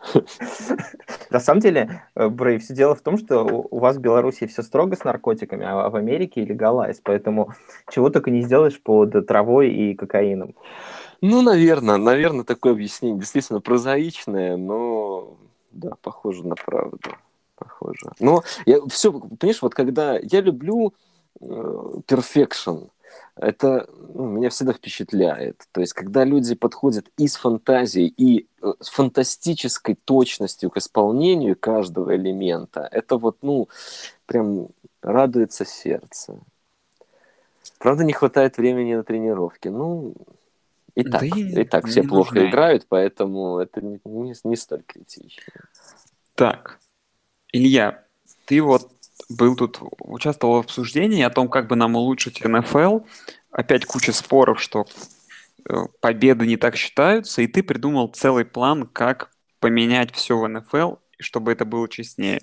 На самом деле, Брейв, все дело в том, что у вас в Беларуси все строго с наркотиками, а в Америке легалайз, поэтому чего только не сделаешь под травой и кокаином. Ну, наверное, такое объяснение действительно прозаичное, но да, похоже на правду. Похоже. Но я все, понимаешь, вот когда я люблю perfection, это меня всегда впечатляет. То есть, когда люди подходят и с фантазией, и с фантастической точностью к исполнению каждого элемента, это вот, прям радуется сердце. Правда, не хватает времени на тренировки. И так все плохо нужны. играют, поэтому это не столь критично. Так, Илья, ты вот был тут, участвовал в обсуждении о том, как бы нам улучшить НФЛ. Опять куча споров, что победы не так считаются, и ты придумал целый план, как поменять все в НФЛ, чтобы это было честнее.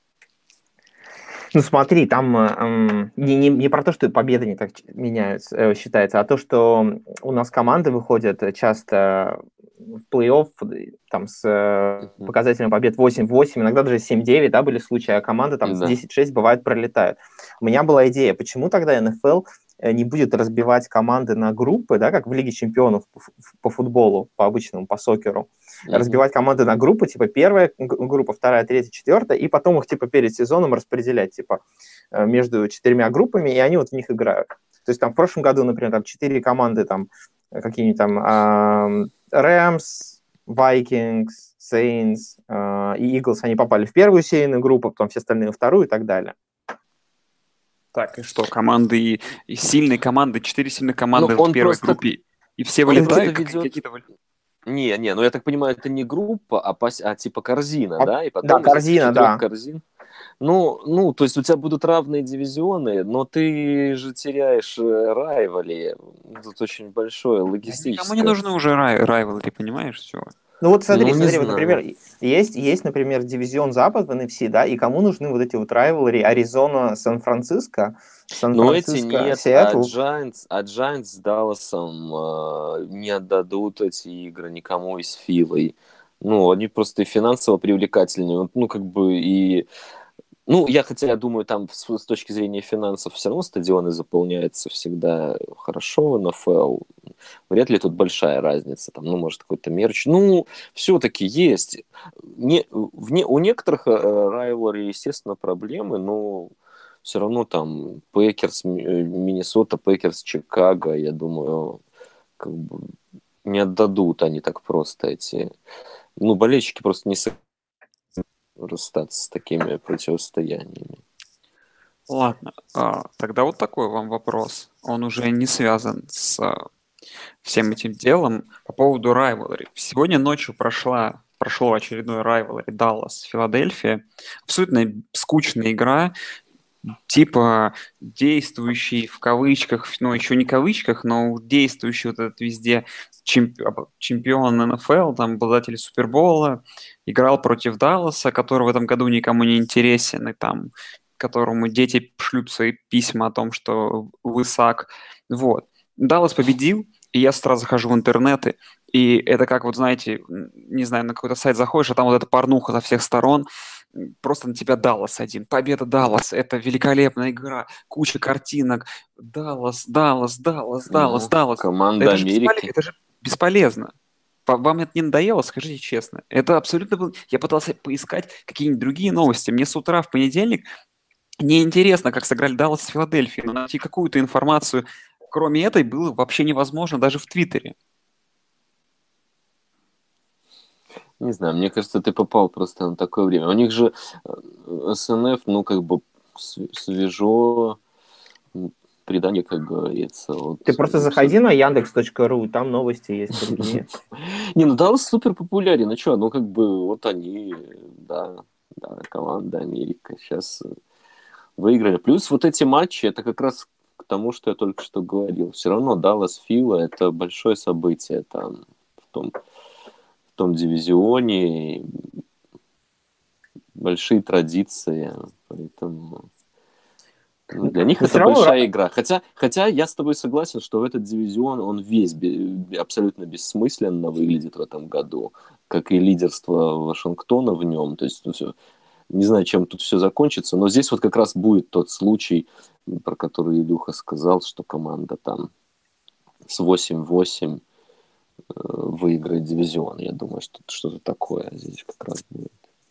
Ну смотри, там не про то, что победы не так меняются, считается, а то, что у нас команды выходят часто в плей-офф там, с показателем побед 8-8, иногда даже 7-9, да, были случаи, а команды там с 10-6 бывает пролетают. У меня была идея, почему тогда НФЛ не будет разбивать команды на группы, да, как в Лиге чемпионов по футболу, по обычному, по сокеру, разбивать команды на группы, типа первая группа, вторая, третья, четвертая, и потом их типа перед сезоном распределять типа между 4 группами, и они вот в них играют. То есть там в прошлом году, например, там 4 команды, там какие-нибудь там Rams, Vikings, Saints и Eagles, они попали в первую серийную группу, потом все остальные во вторую и так далее. Так, и что, команды и сильные команды, 4 сильных команды в первой группе, и все вылетают какие-то... Не, я так понимаю, это не группа, а типа корзина, да? И потом да, корзина, да. Корзин. Ну, то есть у тебя будут равные дивизионы, но ты же теряешь райвали. Тут очень большое логистическое... Никому не нужны уже райвалы, ты понимаешь, все. Ну вот смотри, вот, например, есть, например, дивизион Запад в NFC, да, и кому нужны вот эти вот райвелри Аризона, Сан-Франциско, эти нет, Сиэтл. а Giants с Далласом не отдадут эти игры никому из Филой. Они просто и финансово привлекательнее, и Ну, я думаю, там с точки зрения финансов все равно стадионы заполняются всегда хорошо в НФЛ. Вряд ли тут большая разница. Там, ну, может, какой-то мерч. Ну, все-таки есть. У некоторых райвелри, естественно, проблемы, но все равно там Пекерс, Миннесота, Пекерс, Чикаго, я думаю, как бы не отдадут они так просто эти... Ну, болельщики просто не расстаться с такими противостояниями. Ладно, тогда вот такой вам вопрос. Он уже не связан с всем этим делом по поводу rivalry. Сегодня ночью прошло очередной rivalry Даллас-Филадельфия. Абсолютно скучная игра, типа действующий в кавычках, ну еще не кавычках, но действующий вот этот везде чемпион НФЛ, там обладатель Супербола, играл против Далласа, который в этом году никому не интересен, и там которому дети шлют свои письма о том, что высак. Вот. Даллас победил, и я с утра захожу в интернеты, и это как, вот знаете, не знаю, на какой-то сайт заходишь, а там вот эта порнуха со всех сторон, просто на тебя Даллас один. Победа Даллас, это великолепная игра, куча картинок. Даллас, Даллас, Даллас, Даллас, Ну, Даллас. команда Это же Америки. это же бесполезно. Вам это не надоело, скажите честно? Это абсолютно был... Я пытался поискать какие-нибудь другие новости. Мне с утра в понедельник неинтересно, как сыграли Даллас с Филадельфией, но найти какую-то информацию, кроме этой, было вообще невозможно даже в Твиттере. Не знаю, мне кажется, ты попал просто на такое время. У них же СНФ, ну, как бы свежо, предание, как говорится. Вот, Ты просто заходи на Яндекс.ру, там новости есть другие. Не, ну Даллас супер популярен. Ну что, ну как бы вот они, да, команда Америка сейчас выиграли. Плюс вот эти матчи, это как раз к тому, что я только что говорил. Все равно Даллас Фила это большое событие там в том дивизионе, большие традиции, поэтому для них Но это всё равно большая игра. Хотя я с тобой согласен, что этот дивизион, он весь абсолютно бессмысленно выглядит в этом году, как и лидерство Вашингтона в нем. То есть, ну, всё. Не знаю, чем тут все закончится, но здесь вот как раз будет тот случай, про который Илюха сказал, что команда там с 8-8 выиграет дивизион. Я думаю, что что-то такое здесь как раз будет.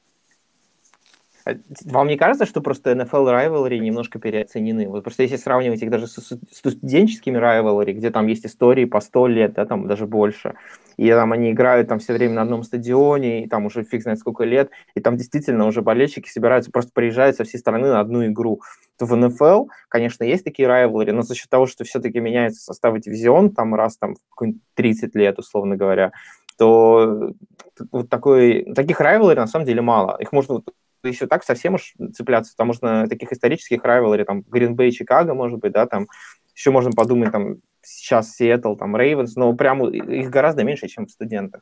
Вам не кажется, что просто NFL rivalry немножко переоценены? Вот просто если сравнивать их даже с студенческими rivalry, где там есть истории по 100 лет, да, там даже больше, и там они играют там все время на одном стадионе, и там уже фиг знает сколько лет, и там действительно уже болельщики собираются, просто приезжают со всей страны на одну игру. То в NFL, конечно, есть такие rivalry, но за счет того, что все-таки меняется состав дивизион там раз там в 30 лет, условно говоря, то вот таких rivalry на самом деле мало. Их можно если так совсем уж цепляться, там можно таких исторических rivalry, там, Green Bay, Чикаго, может быть, да, там, еще можно подумать, там, сейчас Сиэтл, там, Рейвенс, но прям их гораздо меньше, чем в студентах.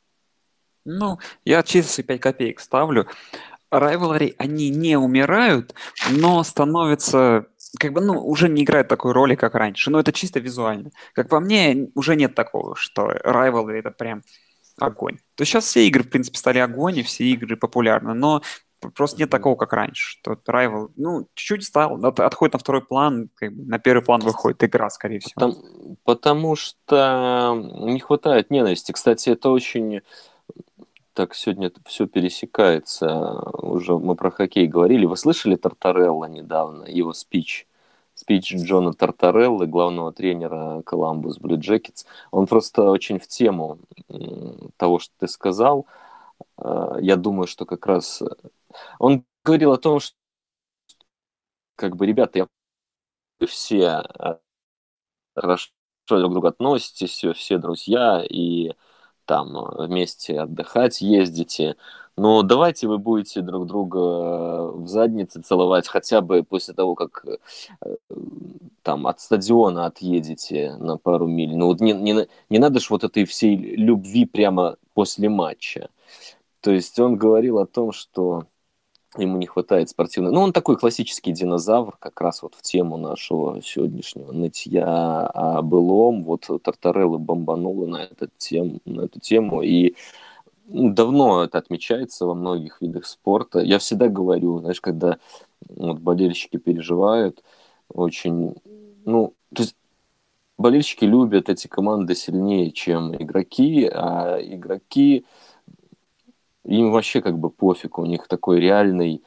Ну, я чисто 5 копеек ставлю. Rivalry, они не умирают, но становятся, как бы, ну, уже не играют такой роли, как раньше. Но это чисто визуально. Как по мне, уже нет такого, что Rivalry это прям огонь. То есть сейчас все игры, в принципе, стали огонь, и все игры популярны, но просто нет такого, как раньше. Что Rival, ну, чуть-чуть стал, отходит на второй план, как бы на первый план выходит игра, скорее всего. Потому что не хватает ненависти. Кстати, это очень... Так, сегодня все пересекается. Уже мы про хоккей говорили. Вы слышали Тартарелла недавно, его спич? Спич Джона Тартареллы, главного тренера Columbus Blue Jackets. Он просто очень в тему того, что ты сказал. Я думаю, что как раз... Он говорил о том, что как бы, ребята, все хорошо друг к другу относитесь, все друзья, и там вместе отдыхать ездите. Но давайте вы будете друг друга в заднице целовать хотя бы после того, как там от стадиона отъедете на пару миль. Ну вот не надо ж вот этой всей любви прямо после матча. То есть он говорил о том, что ему не хватает спортивной... Ну, он такой классический динозавр, как раз вот в тему нашего сегодняшнего нытья о былом. Вот Тартарелла бомбанула на эту тему. И давно это отмечается во многих видах спорта. Я всегда говорю, знаешь, когда вот болельщики переживают, очень, ну, то есть болельщики любят эти команды сильнее, чем игроки, а игроки, им вообще как бы пофиг, у них такой реальной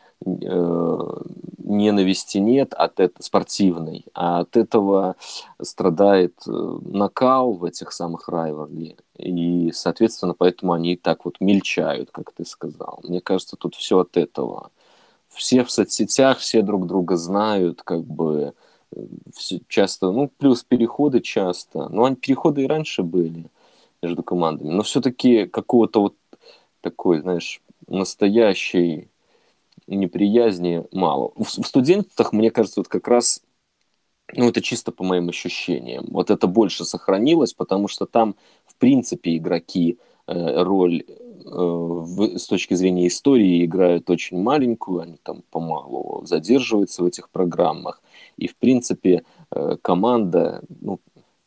ненависти нет спортивной, а от этого страдает накал в этих самых райварли, и, соответственно, поэтому они и так вот мельчают, как ты сказал. Мне кажется, тут все от этого. Все в соцсетях, все друг друга знают, как бы часто, ну, плюс переходы часто, ну, переходы и раньше были между командами, но все-таки какого-то вот такой, знаешь, настоящей неприязни мало. В студентах, мне кажется, вот как раз, ну, это чисто по моим ощущениям, вот это больше сохранилось, потому что там, в принципе, игроки роль с точки зрения истории играют очень маленькую, они там помалу задерживаются в этих программах, и, в принципе, команда, ну,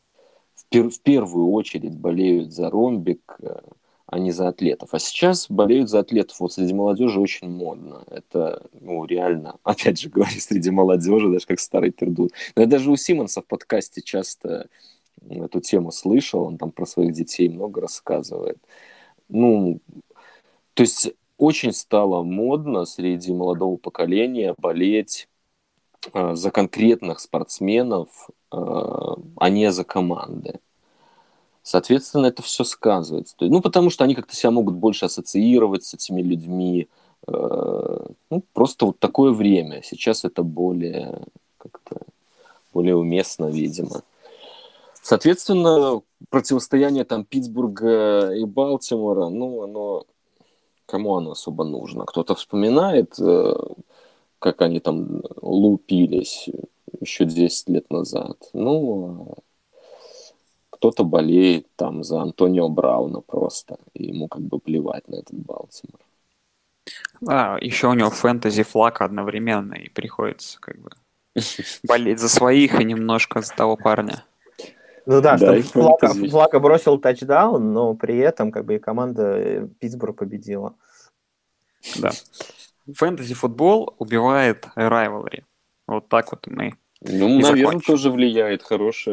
в первую очередь болеют за ромбик, а не за атлетов. А сейчас болеют за атлетов. Вот среди молодежи очень модно. Это, ну, реально, опять же говорю, среди молодежи, даже как старый пердун. Но я даже у Симмонса в подкасте часто эту тему слышал. Он там про своих детей много рассказывает. Ну, то есть очень стало модно среди молодого поколения болеть за конкретных спортсменов, а не за команды. Соответственно, это все сказывается. Ну, потому что они как-то себя могут больше ассоциировать с этими людьми. Ну, просто вот такое время. Сейчас это более как-то более уместно, видимо. Соответственно, противостояние там Питтсбурга и Балтимора, ну, кому оно особо нужно? Кто-то вспоминает, как они там лупились еще 10 лет назад. Ну, кто-то болеет там за Антонио Брауна просто, и ему как бы плевать на этот Балтимор. Еще у него фэнтези флаг одновременно, и приходится как бы болеть за своих и немножко за того парня. Ну да, Да, что и Флака бросил тачдаун, но при этом как бы и команда Питтсбург победила. Да. Фэнтези-футбол убивает rivalry. Вот так вот мы Ну, и наверное, закончим. тоже влияет. Хороший,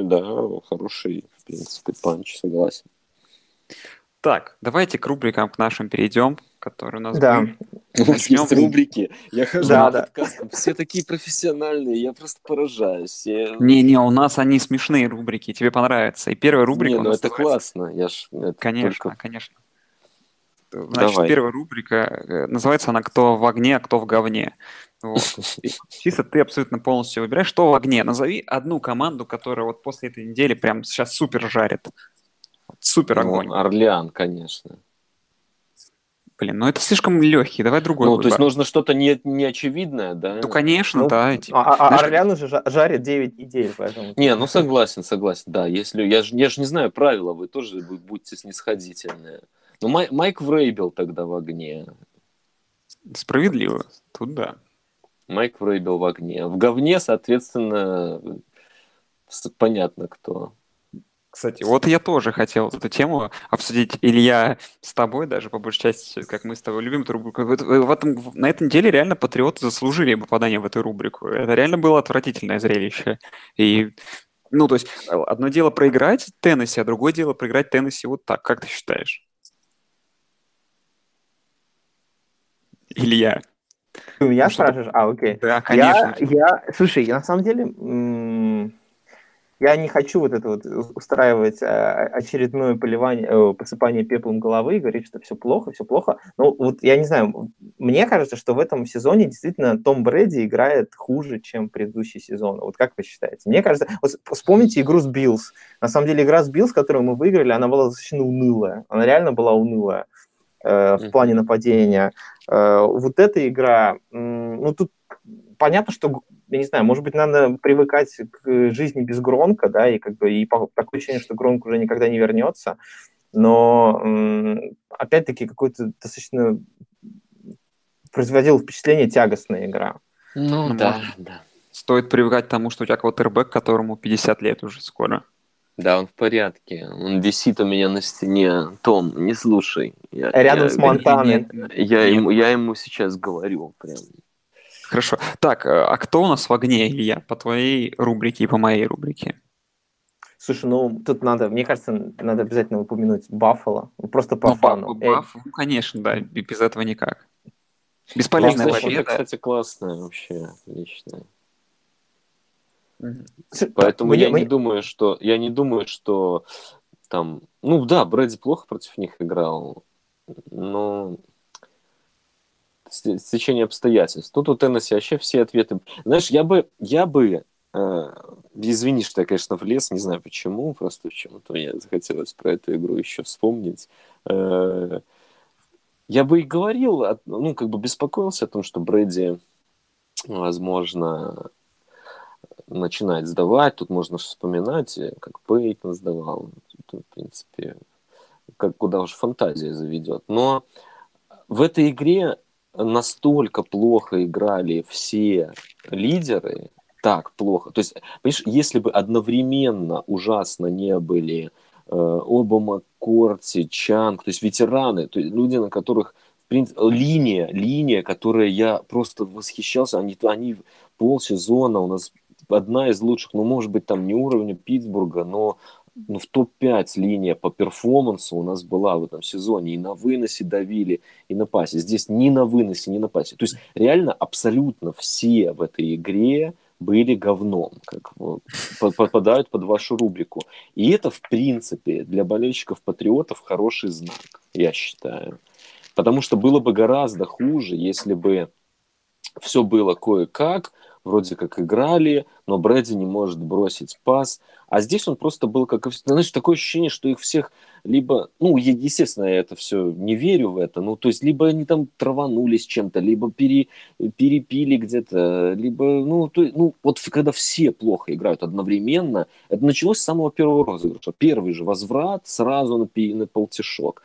в принципе, панч, согласен. Так, давайте к рубрикам к нашим перейдем, которые у нас Да. были. У вас Начнем. есть рубрики. Я хожу Да, на да. подкасты, все такие профессиональные, я просто поражаюсь. Не, у нас они смешные рубрики, тебе понравится. И первая рубрика Не, у ну нас это называется... классно. Это Конечно, только... конечно. Значит, Давай. первая рубрика, называется она «Кто в огне, а кто в говне». Вот. И чисто ты абсолютно полностью выбираешь, что в огне. Назови одну команду, которая вот после этой недели прям сейчас супер жарит. Супер огонь. Ну, Орлеан, конечно. Блин, ну это слишком легкий, давай другой Ну, то есть выбор. нужно что-то неочевидное, да? Ну, конечно, Ну, да. Типа, знаешь, Орлеан уже жарит 9 недель, поэтому... Не, ну согласен, да. Если я ж не знаю правила, вы тоже будьте снисходительные. Ну, Майк Врейбел тогда в огне. справедливо. Тут да. Майк Врейбел в огне. В говне, соответственно, понятно кто. Кстати, вот я тоже хотел эту тему обсудить, Илья, с тобой даже, по большей части, как мы с тобой любим эту рубрику. На этой неделе реально патриоты заслужили попадание в эту рубрику. Это реально было отвратительное зрелище. И, ну, то есть, одно дело проиграть Теннесси, а другое дело проиграть Теннесси вот так. Как ты считаешь? Илья. Ты у меня Ну, что-то- спрашиваешь? Окей. Да, конечно. Слушай, на самом деле, я не хочу вот это вот устраивать очередное посыпание пеплом головы и говорить, что все плохо, все плохо. Ну, вот я не знаю, мне кажется, что в этом сезоне действительно Том Брэди играет хуже, чем предыдущий сезон. Вот как вы считаете? Мне кажется, вот вспомните игру с Биллс. На самом деле игра с Биллс, которую мы выиграли, она была достаточно унылая. Она реально была унылая в плане нападения. Вот эта игра, ну, тут понятно, что, я не знаю, может быть, надо привыкать к жизни без Гронка, да, и как бы и такое ощущение, что Гронк уже никогда не вернется, но опять-таки какой-то достаточно производила впечатление тягостная игра. Ну, Ну, да, может, да. стоит привыкать к тому, что у тебя квотербек, которому 50 лет уже скоро. Да, он в порядке. Он висит у меня на стене. Том, не слушай. Рядом с Монтаной. Я ему сейчас говорю прям. Хорошо. Так, а кто у нас в огне, Илья? По твоей рубрике и по моей рубрике. Слушай, ну тут надо, мне кажется, надо обязательно упомянуть Баффало. Просто по фану. Бафф, ну, конечно, да, без этого никак. Их Бесполезная защита, победа. кстати, классная вообще, отличная. Слушай, Поэтому мне- я не думаю, что там... Ну да, Брэди плохо против них играл, но стечение обстоятельств. Тут у Теннесси вообще все ответы... Знаешь, извини, что я, конечно, влез, не знаю почему, просто почему-то мне захотелось про эту игру еще вспомнить. Я бы и говорил, ну, как бы беспокоился о том, что Брэди, возможно, начинает сдавать. Тут можно вспоминать, как Пейтон сдавал. Тут, в принципе, куда уж фантазия заведет. Но в этой игре настолько плохо играли все лидеры, так плохо. То есть, понимаешь, если бы одновременно ужасно не были Обама, Корти, Чанг, то есть ветераны, то есть люди, на которых в принципе, линия, которой я просто восхищался, они полсезона у нас одна из лучших, ну, может быть, там не уровня Питтсбурга, но в топ-5 линия по перформансу у нас была в этом сезоне. И на выносе давили, и на пасе. Здесь ни на выносе, ни на пасе. То есть реально абсолютно все в этой игре были говном, как попадают под вашу рубрику. И это, в принципе, для болельщиков-патриотов хороший знак, я считаю. Потому что было бы гораздо хуже, если бы все было кое-как, вроде как играли, но Брэди не может бросить пас. А здесь он просто был, как и все. Знаешь, такое ощущение, что их всех либо... Ну, естественно, я это все не верю в это. Ну, то есть, либо они там траванулись чем-то, либо перепили где-то, либо... Вот когда все плохо играют одновременно, это началось с самого первого розыгрыша. Первый же возврат сразу на полтишок.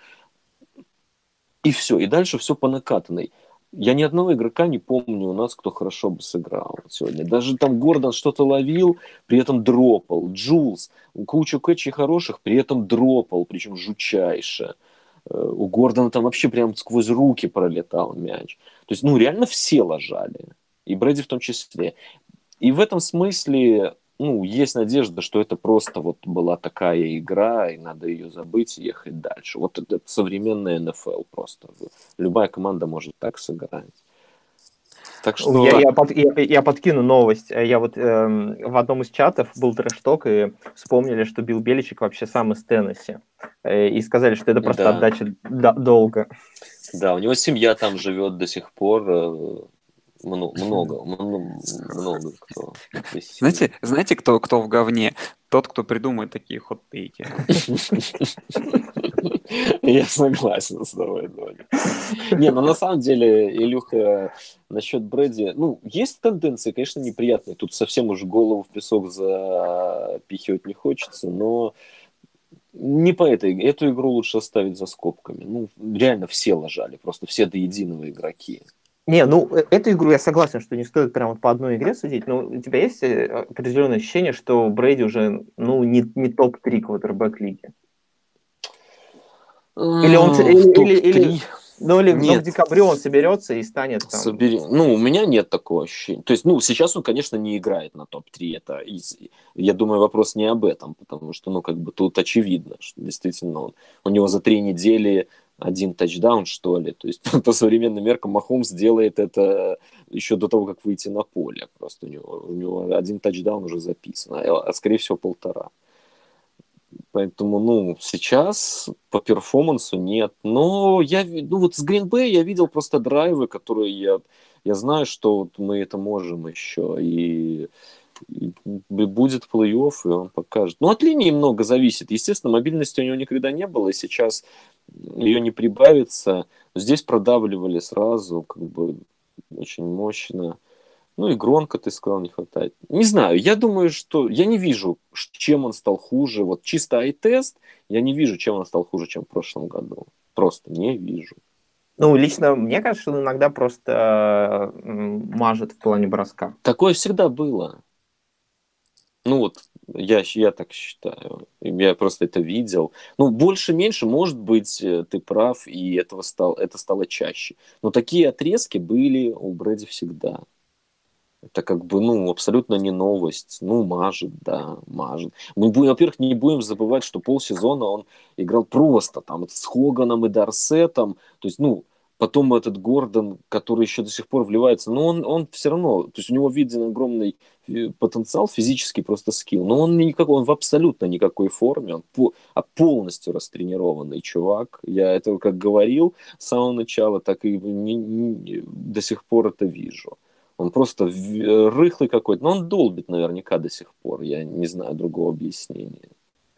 И все. И дальше все по накатанной. Я ни одного игрока не помню у нас, кто хорошо бы сыграл сегодня. Даже там Гордон что-то ловил, при этом дропал. Джулс, кучу кэтчей хороших, при этом дропал, причем жучайше. У Гордона там вообще прям сквозь руки пролетал мяч. То есть, реально все ложали. И Брэди в том числе. И в этом смысле, есть надежда, что это просто вот была такая игра, и надо ее забыть и ехать дальше. Вот это современная НФЛ просто. Любая команда может так сыграть. Так что... Я подкину новость. Я вот в одном из чатов был трэш-ток, и вспомнили, что Билл Беличек вообще сам из Теннесси. И сказали, что это просто отдача долга. Да, у него семья там живет до сих пор. Много кто. Знаете, кто в говне? Тот, кто придумает такие хот-тейки. Я согласен с тобой, Доня. Не, на самом деле, Илюха, насчет Брэди, есть тенденции, конечно, неприятные. Тут совсем уж голову в песок запихивать не хочется, но не по эту игру лучше оставить за скобками. Реально все ложали, просто все до единого игроки. Не, эту игру я согласен, что не стоит прямо по одной игре судить, но у тебя есть определенное ощущение, что Брэди уже, не топ-3 квотербэк лиги? Или он... Или в декабре он соберется и станет там... У меня нет такого ощущения. То есть, сейчас он, конечно, не играет на топ-3. Я думаю, вопрос не об этом, потому что, тут очевидно, что действительно у него за 3 недели 1 тачдаун, что ли. То есть, по современным меркам Махомс делает это еще до того, как выйти на поле. Просто у него 1 тачдаун уже записан, а скорее всего 1,5. Поэтому, сейчас по перформансу нет. Но вот с Green Bay я видел просто драйвы, которые я знаю, что вот мы это можем еще. И будет плей-офф, и он покажет. От линии много зависит. Естественно, мобильности у него никогда не было, и сейчас ее не прибавится. Но здесь продавливали сразу, очень мощно. И Гронко, ты сказал, не хватает. Не знаю, я думаю, что... Я не вижу, чем он стал хуже. Вот чисто ай-тест, я не вижу, чем он стал хуже, чем в прошлом году. Просто не вижу. Лично мне кажется, что он иногда просто мажет в плане броска. Такое всегда было. Я так считаю. Я просто это видел. Ну, больше-меньше, может быть, ты прав, и это стало чаще. Но такие отрезки были у Брэди всегда. Это как бы, ну, абсолютно не новость. Ну, мажет, да, мажет. Мы будем, во-первых, не будем забывать, что полсезона он играл просто там с Хоганом и Дарсетом. То есть, ну, потом этот Гордон, который еще до сих пор вливается, но он все равно, то есть у него виден огромный потенциал, физический просто скилл, но он в абсолютно никакой форме, полностью растренированный чувак. Я это как говорил с самого начала, так и до сих пор это вижу. Он просто рыхлый какой-то. Но он долбит наверняка до сих пор. Я не знаю другого объяснения.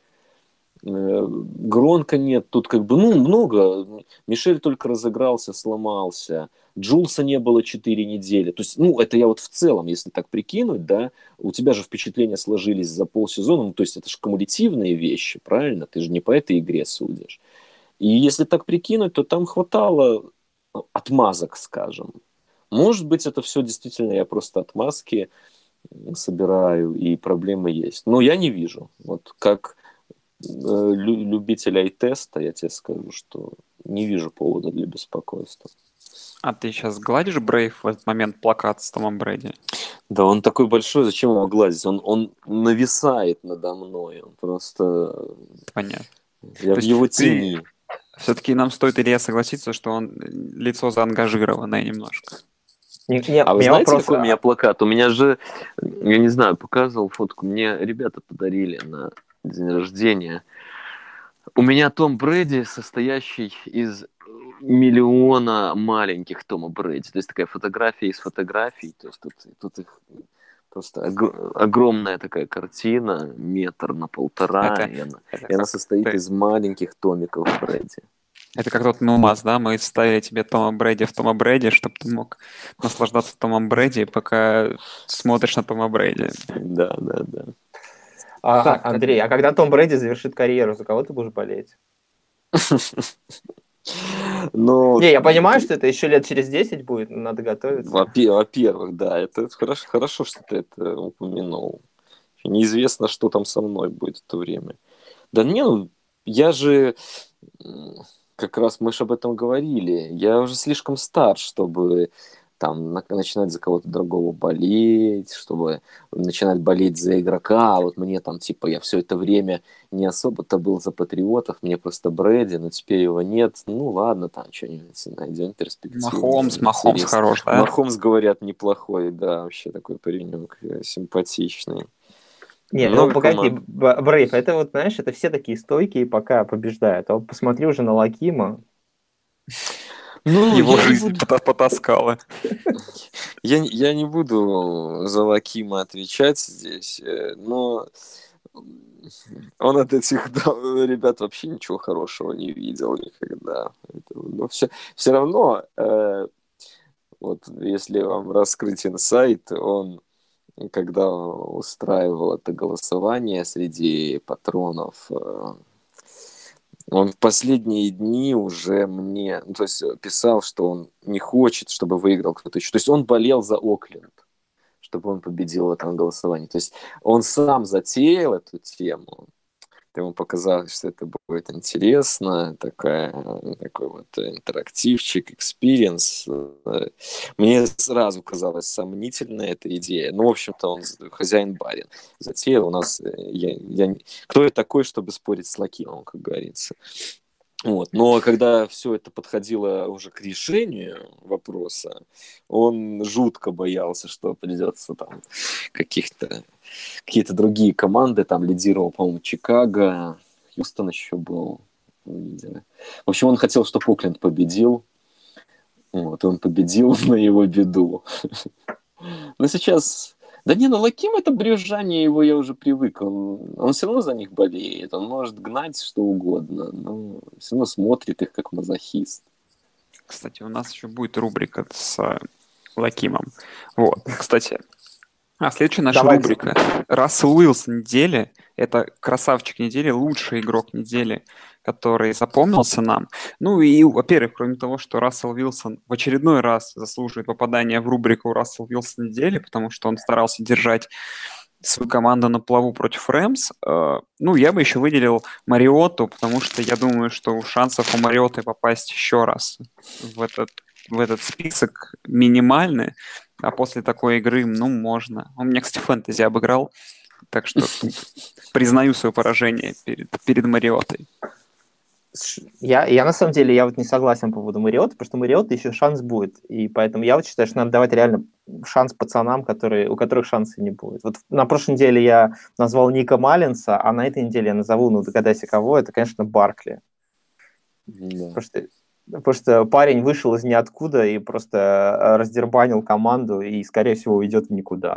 Гронка нет. Тут как бы, ну, много. Мишель только разыгрался, сломался. Джулса не было 4 недели. То есть, ну, это я вот в целом, если так прикинуть, да, у тебя же впечатления сложились за полсезона. Ну, то есть, это же кумулятивные вещи, правильно? Ты же не по этой игре судишь. И если так прикинуть, то там хватало отмазок, скажем. Может быть, это все действительно я просто отмазки собираю, и проблемы есть. Но я не вижу. Вот как любитель ай-теста, я тебе скажу, что не вижу повода для беспокойства. А ты сейчас гладишь Брейв в этот момент плакат с Томом Брэди? Да, он такой большой, зачем его гладить? Он нависает надо мной. Он просто... Понятно. Я в его тени. Все-таки нам стоит, Илья, согласиться, что он лицо заангажированное немножко. А вы знаете, какой у меня плакат? У меня же, я не знаю, показывал фотку, мне ребята подарили на день рождения. У меня Том Брэди, состоящий из миллиона маленьких Тома Брэди. То есть такая фотография из фотографий. То есть тут их просто огромная такая картина, 1,5 метра, и она состоит из маленьких томиков Брэди. Это как тот мемас, да? Мы ставили тебе Тома Брэди в Тома Брэди, чтобы ты мог наслаждаться Томом Брэди, пока смотришь на Тома Брэди. Да. Андрей, а когда Том Брэди завершит карьеру, за кого ты будешь болеть? Не, я понимаю, что это еще лет через 10 будет, надо готовиться. Во-первых, да, это хорошо, что ты это упомянул. Неизвестно, что там со мной будет в то время. Да не, ну, я же... Как раз мы же об этом говорили. Я уже слишком стар, чтобы там начинать за кого-то другого болеть, чтобы начинать болеть за игрока. А вот мне там, типа, я все это время не особо-то был за патриотов, мне просто Брэди, но теперь его нет. Ну ладно, там что-нибудь найдем перспективу. Махомс хорош, да? Махомс, говорят, неплохой, да, вообще такой паренек симпатичный. Нет, ну погоди, Брейв, это вот, знаешь, это все такие стойкие, пока побеждают. А вот посмотри уже на Лакима. Ну, его жизнь потаскала. Я не буду за Лакима отвечать здесь, но он от этих ребят вообще ничего хорошего не видел никогда. Но все равно, вот если вам раскрыть инсайт, он когда устраивал это голосование среди патронов, он в последние дни уже мне, то есть писал, что он не хочет, чтобы выиграл кто-то еще. То есть он болел за Окленд, чтобы он победил в этом голосовании. То есть он сам затеял эту тему. Ему показалось, что это будет интересно, такой вот интерактивчик, экспириенс. Мне сразу казалась сомнительной эта идея. Ну, в общем-то, он хозяин-барин. Затеял у нас... Кто я такой, чтобы спорить с Лакимом, как говорится. Вот. Но когда все это подходило уже к решению вопроса, он жутко боялся, что придется там какие-то другие команды, там лидировал, по-моему, Чикаго, Хьюстон еще был. В общем, он хотел, чтобы Окленд победил. Вот, он победил на его беду. Но сейчас... Да не, ну Лаким это брюзжание его, я уже привык. Он все равно за них болеет. Он может гнать что угодно, но все равно смотрит их как мазохист. Кстати, у нас еще будет рубрика с Лакимом. Вот, кстати. Следующая наша рубрика. Рассел Уилсон недели. Это красавчик недели, лучший игрок недели, который запомнился нам. Ну и, во-первых, кроме того, что Рассел Уилсон в очередной раз заслуживает попадания в рубрику Рассел Уилсон недели, потому что он старался держать свою команду на плаву против Рэмс. Ну, я бы еще выделил Мариотту, потому что я думаю, что у шансов у Мариотты попасть еще раз в этот список минимальны, а после такой игры, ну, можно. Он меня, кстати, фэнтези обыграл, так что признаю свое поражение перед Мариоттой. Я на самом деле, я вот не согласен по поводу Мариотты, потому что Мариотта еще шанс будет, и поэтому я вот считаю, что надо давать реально шанс пацанам, у которых шанса не будет. Вот на прошлой неделе я назвал Ника Маллинса, а на этой неделе я назову, ну, догадайся кого, это, конечно, Баркли. Да. Потому что парень вышел из ниоткуда и просто раздербанил команду и, скорее всего, уйдет в никуда.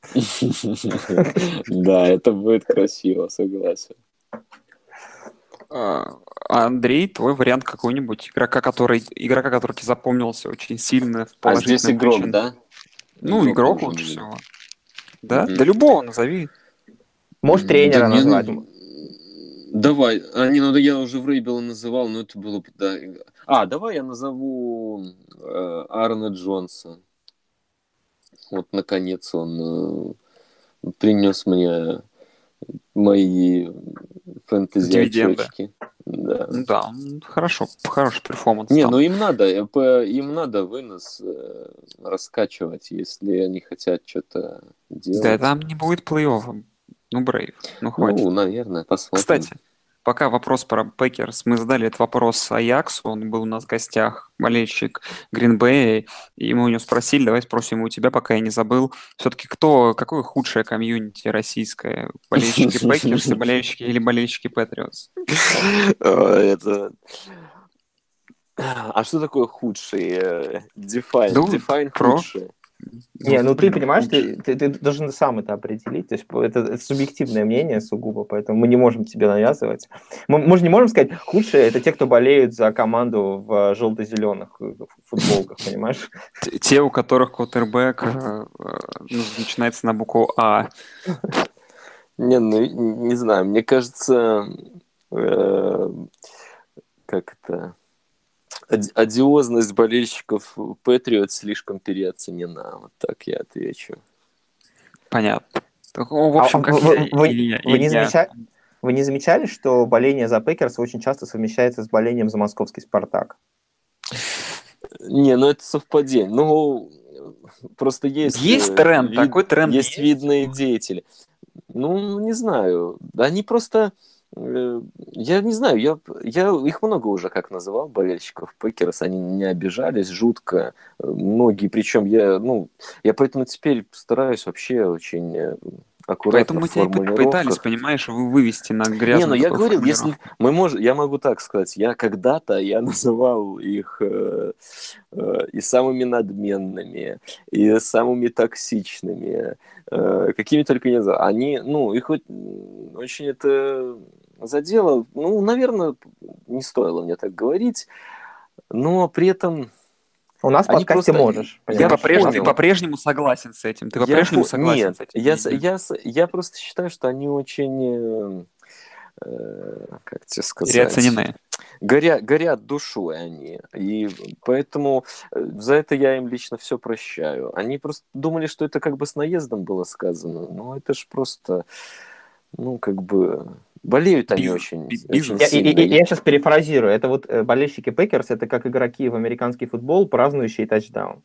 Да, это будет красиво, согласен. Андрей, твой вариант какой-нибудь? Игрока, который тебе запомнился очень сильно. А здесь игрок, да? Ну, игрок лучше всего. Да? Да любого назови. Можешь тренера назвать. Давай. Ну да я уже Врейбела называл, но это было бы... Да. Давай я назову Аарона Джонса. Вот, наконец, он принес мне мои фэнтези-очечки. Да. Ну да, хороший перформанс. Не, ну им надо вынос раскачивать, если они хотят что-то делать. Да, там не будет плей-оффа. Ну, Брейв. Ну, хватит. Ну, наверное, посмотрим. Кстати, пока вопрос про Пекерс. Мы задали этот вопрос Аяксу. Он был у нас в гостях, болельщик Гринбэя. И мы у него спросили, давай спросим у тебя, пока я не забыл. Все-таки какое худшее комьюнити российское? Болельщики Пекерса, болельщики или болельщики Патриотс? А что такое худший? Define худшее. Не, ну ты понимаешь, ты должен сам это определить, то есть это субъективное мнение сугубо, поэтому мы не можем тебе навязывать. Мы же не можем сказать, худшие это те, кто болеют за команду в желто-зеленых футболках, понимаешь? Те, у которых квотербэк начинается на букву А. Не, ну не знаю, мне кажется, как это... Одиозность болельщиков Патриот слишком переоценена. Вот так я отвечу. Понятно. В общем, вы не замечали, что боление за Пекерс очень часто совмещается с болением за московский «Спартак»? Не, ну это совпадение. Ну, просто есть... Есть тренд, такой тренд есть. Видные деятели. Ну, не знаю. Они просто... Я не знаю, я их много уже как называл, болельщиков Пекерс, они не обижались жутко, многие, причем я поэтому теперь стараюсь вообще очень аккуратно. Поэтому мы тебя и пытались, понимаешь, вывести на грязную. Не, ну я говорил, если я могу так сказать, я когда-то называл их и самыми надменными, и самыми токсичными, какими только не знаю. Они, их очень это задело. Ну, наверное, не стоило мне так говорить, но при этом... У нас в подкасте можешь. Ты по-прежнему согласен с этим. Ты по-прежнему согласен с этим. Я просто считаю, что они очень... как тебе сказать? Переоценены. Горят душой они. И поэтому за это я им лично все прощаю. Они просто думали, что это как бы с наездом было сказано. Но это ж просто... болеют они очень сильно. Я сейчас перефразирую. Это вот болельщики Пекерс, это как игроки в американский футбол, празднующие тачдаун.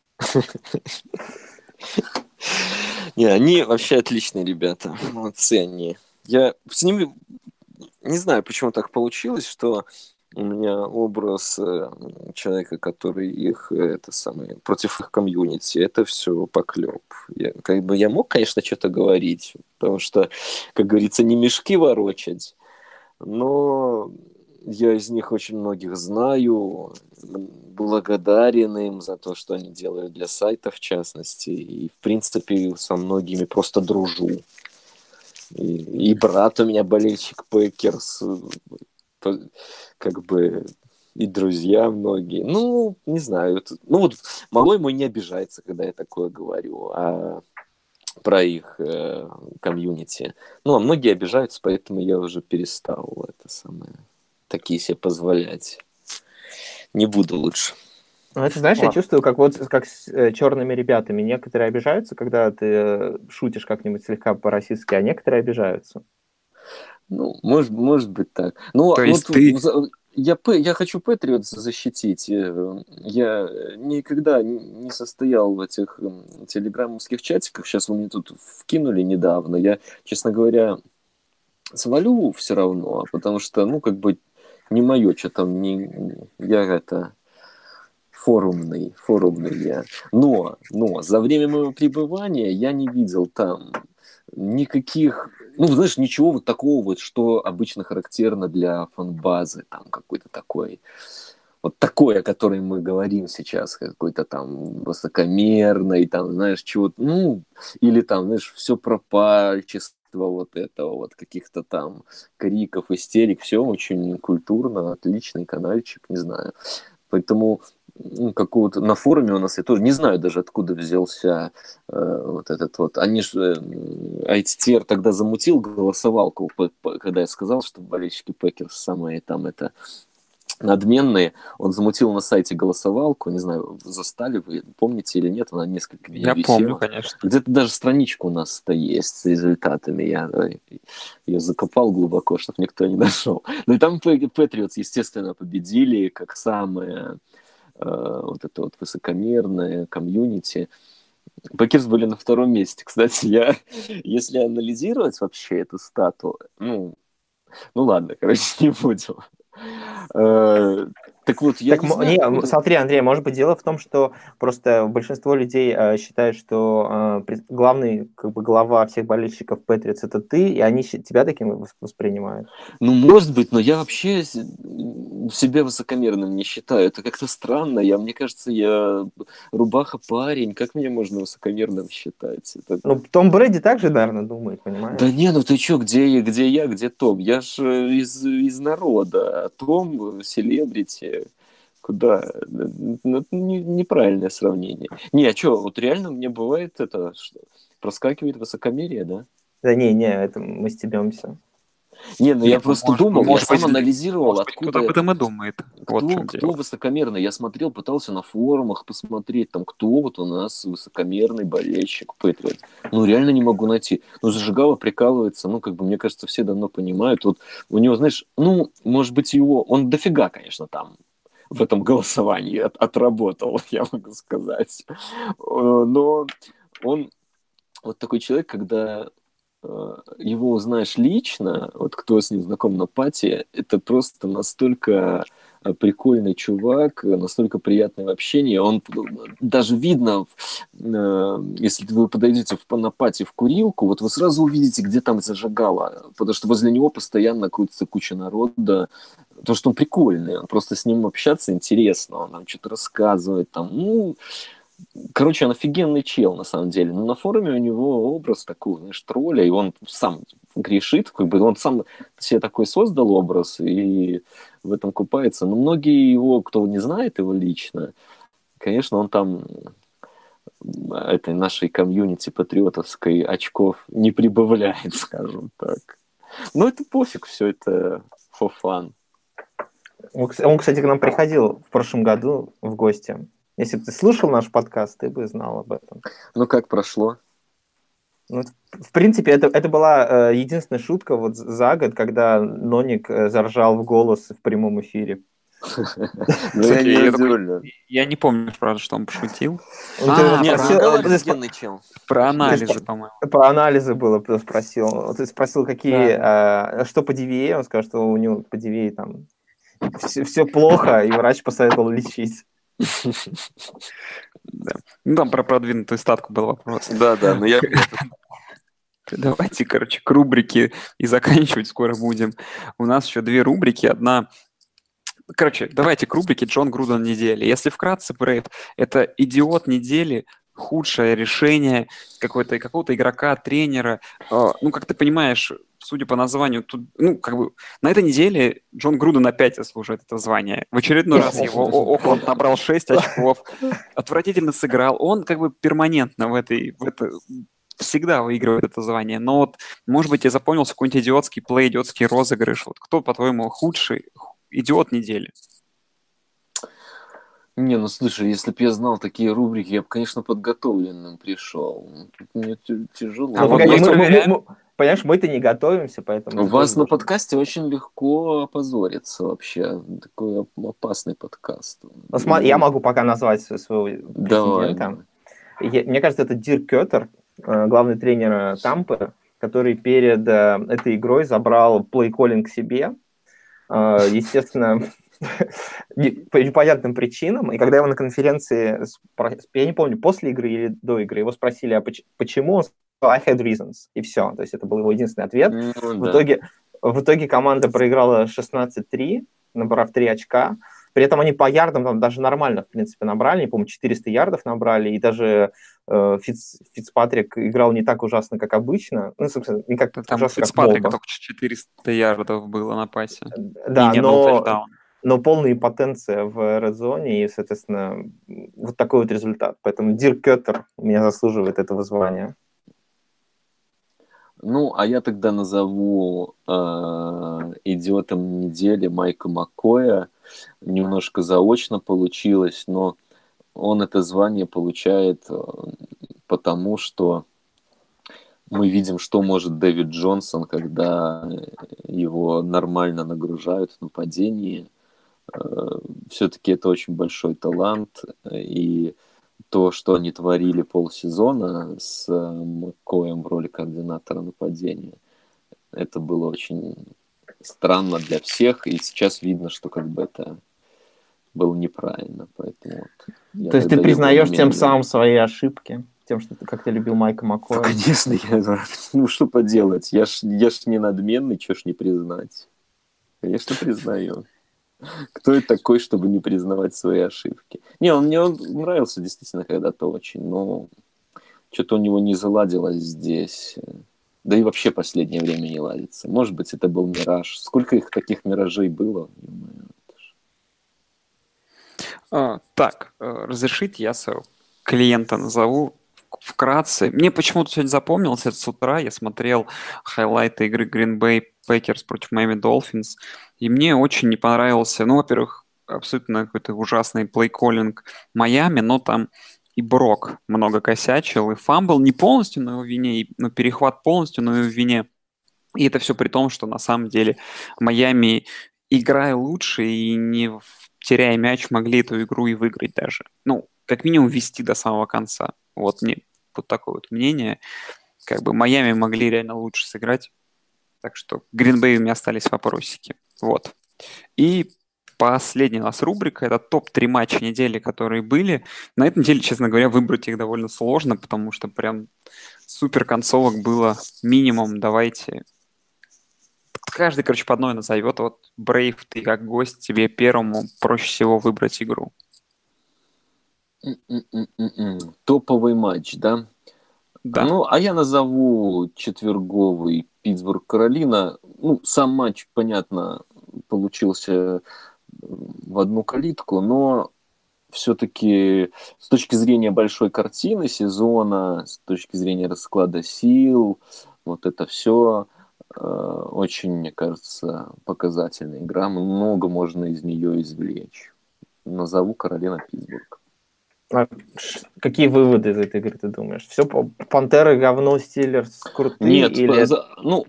Не, они вообще отличные ребята. Молодцы они. Я с ними... Не знаю, почему так получилось, что у меня образ человека, который их против их комьюнити, это все поклеп. Я мог, конечно, что-то говорить, потому что, как говорится, не мешки ворочать, но я из них очень многих знаю, благодарен им за то, что они делают для сайта, в частности, и, в принципе, со многими просто дружу. И брат у меня болельщик Пекерс, как бы и друзья многие. Ну, не знаю. малой мой не обижается, когда я такое говорю, про их комьюнити. А многие обижаются, поэтому я уже перестал такие себе позволять. Не буду лучше. Ну, это, знаешь, я Ладно. чувствую, как с черными ребятами. Некоторые обижаются, когда ты шутишь как-нибудь слегка по-российски, а некоторые обижаются. Ну, может быть так. Но То есть вот ты... я хочу Патриотс защитить. Я никогда не состоял в этих телеграммовских чатиках. Сейчас вы мне тут вкинули недавно. Я, честно говоря, свалю все равно, потому что, ну, как бы не мое, что там, я это форумный я. Но за время моего пребывания я не видел там никаких, ну, знаешь, ничего вот такого вот, что обычно характерно для фан-базы, там какой-то такой, вот такой, о которой мы говорим сейчас, какой-то там высокомерный, там, знаешь, чего-то, ну, или там, знаешь, все пропальчество вот этого, вот каких-то там криков, истерик, все очень культурно, отличный канальчик, не знаю. Поэтому какого-то на форуме у нас, я тоже не знаю даже откуда взялся вот этот вот. Они же ITTR тогда замутил голосовалку, когда я сказал, что болельщики Пекерс самые там это надменные. Он замутил на сайте голосовалку, не знаю, застали вы, помните или нет, она несколько дней Я помню, висела. конечно. Где-то даже страничка у нас-то есть с результатами. Я ее закопал глубоко, чтобы никто не нашел. Ну и там Патриотс, естественно, победили, как самое вот это вот высокомерное комьюнити. Пакерс были на втором месте. Кстати, если анализировать вообще эту стату, ну ладно, короче, не будем. Так вот, я Так, не знаю, откуда... смотри, Андрей, может быть, дело в том, что просто большинство людей считают, что главный, как бы, глава всех болельщиков Патриотс — это ты, и они тебя таким воспринимают. Ну, может быть, но я вообще себя высокомерным не считаю. Это как-то странно. Мне кажется, я рубаха-парень. Как меня можно высокомерным считать? Ну, Том Брэди также, наверное, думает, понимаешь? Да не, ну ты чё, где я, где Том? Я ж из народа, а Том селебрити. Куда? Ну, это неправильное сравнение. Не, а чё, вот реально мне бывает это, что проскакивает высокомерие, да? Да не, это мы стебемся. Не, ну я просто думал, я сам анализировал, может быть, кто-то об откуда этом и думает. Вот в чем кто дело. высокомерный. Я смотрел, пытался на форумах посмотреть, там, кто вот у нас высокомерный болельщик Патриот. Ну, реально не могу найти. Ну, Зажигало прикалывается, ну, как бы, мне кажется, все давно понимают. Вот у него, знаешь, ну, может быть, он дофига, конечно, там в этом голосовании отработал, я могу сказать. Но он вот такой человек, когда его узнаешь лично, вот кто с ним знаком на пати, это просто настолько прикольный чувак, настолько приятный в общении. Он даже видно, если вы подойдете на пати в курилку, вот вы сразу увидите, где там зажигало, потому что возле него постоянно крутится куча народа, потому что он прикольный, он просто с ним общаться интересно, он нам что-то рассказывает, там, ну, короче, он офигенный чел, на самом деле. Но на форуме у него образ такой, знаешь, тролля, и он сам грешит, как бы он сам себе такой создал образ и в этом купается. Но многие его, кто не знает его лично, конечно, он там этой нашей комьюнити патриотовской очков не прибавляет, скажем так. Но это пофиг, все это for fun. Он, кстати, к нам приходил в прошлом году в гости. Если бы ты слушал наш подкаст, ты бы знал об этом. Ну, как прошло? Ну, в принципе, это была единственная шутка вот за год, когда Ноник заржал в голос в прямом эфире. Я не помню, правда, что он пошутил. Офигенный чел. Про анализы, по-моему. Про анализы было, спросил. Ты спросил, какие, что по DVA, он сказал, что у него по DVA там все плохо, и врач посоветовал лечить. Да. Ну, там про продвинутую статку был вопрос. Да, но я... Давайте, короче, к рубрике и заканчивать скоро будем. У нас еще 2 рубрики. Одна... Короче, давайте к рубрике Джон Груден недели. Если вкратце, Брейв, это идиот недели, худшее решение какого-то игрока, тренера. Ну, как ты понимаешь, судя по названию, тут, ну, как бы на этой неделе Джон Груден опять заслуживает это звание. В очередной раз его Окленд набрал 6 очков, отвратительно сыграл. Он как бы перманентно всегда выигрывает это звание. Но вот, может быть, тебе запомнился какой-нибудь идиотский плей, идиотский розыгрыш. Вот кто, по-твоему, худший идиот недели? Не, ну слушай, если бы я знал такие рубрики, я бы, конечно, подготовленным пришел. Тут мне А тяжело. вот погоди, мы Просто проверяем. понимаешь, мы-то не готовимся, поэтому у ты тоже вас на должен. подкасте очень легко опозориться вообще. Такой опасный подкаст. Ну, я Ну, могу пока назвать своего давай, претендента. давай. Мне кажется, это Дирк Кеттер, главный тренер Тампы, который перед этой игрой забрал плей-коллинг себе. Естественно, по непонятным причинам. И когда его на конференции, я не помню, после игры или до игры, его спросили, а почему, он сказал, I had reasons. И все. То есть это был его единственный ответ. Ну В да. итоге, в итоге команда проиграла 16-3, набрав 3 очка. При этом они по ярдам там даже нормально, в принципе, набрали. Не помню, 400 ярдов набрали. И даже Фицпатрик играл не так ужасно, как обычно. Ну, собственно, не так Там у ужасно, как Фицпатрика мог бы. только 400 ярдов было на пасе. И Да, ни одного тачдауна. но полная импотенция в Red Zone, и, соответственно, вот такой вот результат. Поэтому Дирк Кеттер у меня заслуживает этого звания. Ну, а я тогда назову идиотом недели Майка Маккоя. Немножко заочно получилось, но он это звание получает потому, что мы видим, что может Дэвид Джонсон, когда его нормально нагружают в нападении. Все-таки это очень большой талант, и то, что они творили полсезона с Маккоем в роли координатора нападения, это было очень странно для всех, и сейчас видно, что как бы это было неправильно, поэтому вот я То есть ты даю его признаешь тем номинальный. самым свои ошибки, тем, что как ты любил Майка Ну, Маккоя. конечно, ну что поделать, я ж не надменный, чё ж не признать. Конечно, признаю. Кто это такой, чтобы не признавать свои ошибки? Не, мне он нравился действительно когда-то очень, но что-то у него не заладилось здесь. Да и вообще последнее время не ладится. Может быть, это был мираж. Сколько их таких миражей было? Так, разрешите, я своего клиента назову вкратце. Мне почему-то сегодня запомнилось это с утра. Я смотрел хайлайты игры Green Bay Packers против Miami Dolphins, и мне очень не понравился, ну, во-первых, абсолютно какой-то ужасный плей-коллинг Майами, но там и Брок много косячил, и фамбл не полностью на его вине, но перехват полностью на его вине. И это все при том, что на самом деле Майами, играя лучше и не теряя мяч, могли эту игру и выиграть даже. Ну, как минимум вести до самого конца. Вот мне вот такое вот мнение. Как бы Майами могли реально лучше сыграть. Так что Гринбей у меня остались вопросики. Вот. И последняя у нас рубрика — это топ-3 матча недели, которые были. На этой неделе, честно говоря, выбрать их довольно сложно, потому что прям супер концовок было минимум. Давайте каждый, короче, по одной назовет. Вот, Брейв, ты как гость, тебе первому проще всего выбрать игру. Топовый матч, да? Да. Ну, а я назову четверговый Питтсбург-Каролина. Ну, сам матч, понятно, получился в одну калитку, но все-таки с точки зрения большой картины сезона, с точки зрения расклада сил, вот это все очень, мне кажется, показательная игра. Много можно из нее извлечь. Назову Каролина Питтсбург. Какие выводы из этой игры ты думаешь? Все, Пантеры говно, Стиллерс крутые? Нет, или... ну,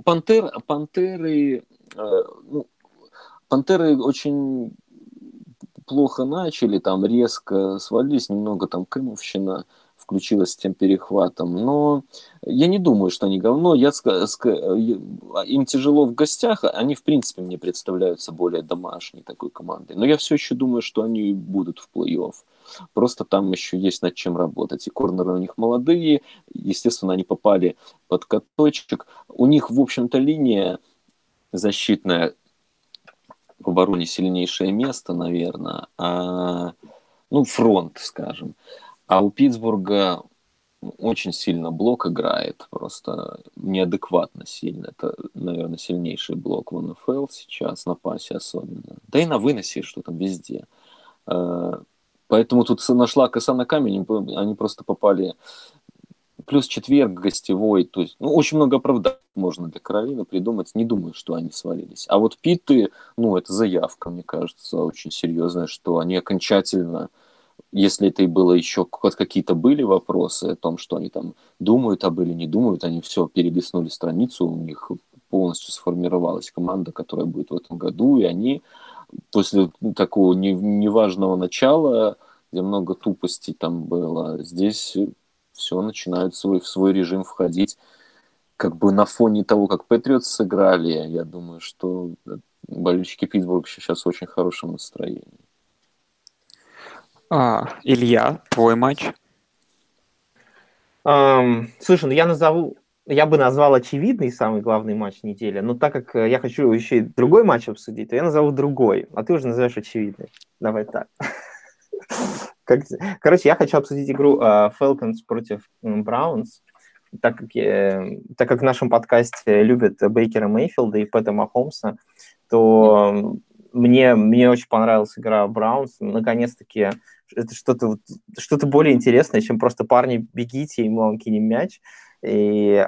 Пантеры очень плохо начали, там резко свалились, немного там кэмовщина включилась с тем перехватом, но я не думаю, что они говно. Им тяжело в гостях, они в принципе мне представляются более домашней такой командой, но я все еще думаю, что они будут в плей-офф. Просто там еще есть над чем работать. И корнеры у них молодые, естественно, они попали под каточек. У них, в общем-то, линия защитная в обороне сильнейшее место, наверное, ну, фронт, скажем. А у Питтсбурга очень сильно блок играет, просто неадекватно сильно. Это, наверное, сильнейший блок в НФЛ сейчас, на пасе особенно. Да и на выносе, что там везде. Поэтому тут нашла коса на камень, они просто попали. Плюс четверг гостевой, то есть, ну, очень много оправданий можно для Каролины придумать. Не думаю, что они свалились. А вот Питты, ну, это заявка, мне кажется, очень серьезная, что они окончательно если это и было еще, хоть какие-то были вопросы о том, что они там думают об или не думают, они все перелистнули страницу, у них полностью сформировалась команда, которая будет в этом году, и они после такого неважного начала, где много тупостей там было, здесь все начинают в свой режим входить. Как бы на фоне того, как Патриотс сыграли, я думаю, что болельщики Питтсбурга сейчас в очень хорошем настроении. Илья, твой матч? Слушай, я бы назвал очевидный самый главный матч недели, но так как я хочу еще и другой матч обсудить, то я назову другой, а ты уже назовешь очевидный. Давай так. Короче, я хочу обсудить игру Falcons против Браунс, так как в нашем подкасте любят Бейкера Мейфилда и Пэта Махомса, то мне очень понравилась игра Браунс. Наконец-таки это что-то более интересное, чем просто парни бегите, и мы вам кинем мяч. И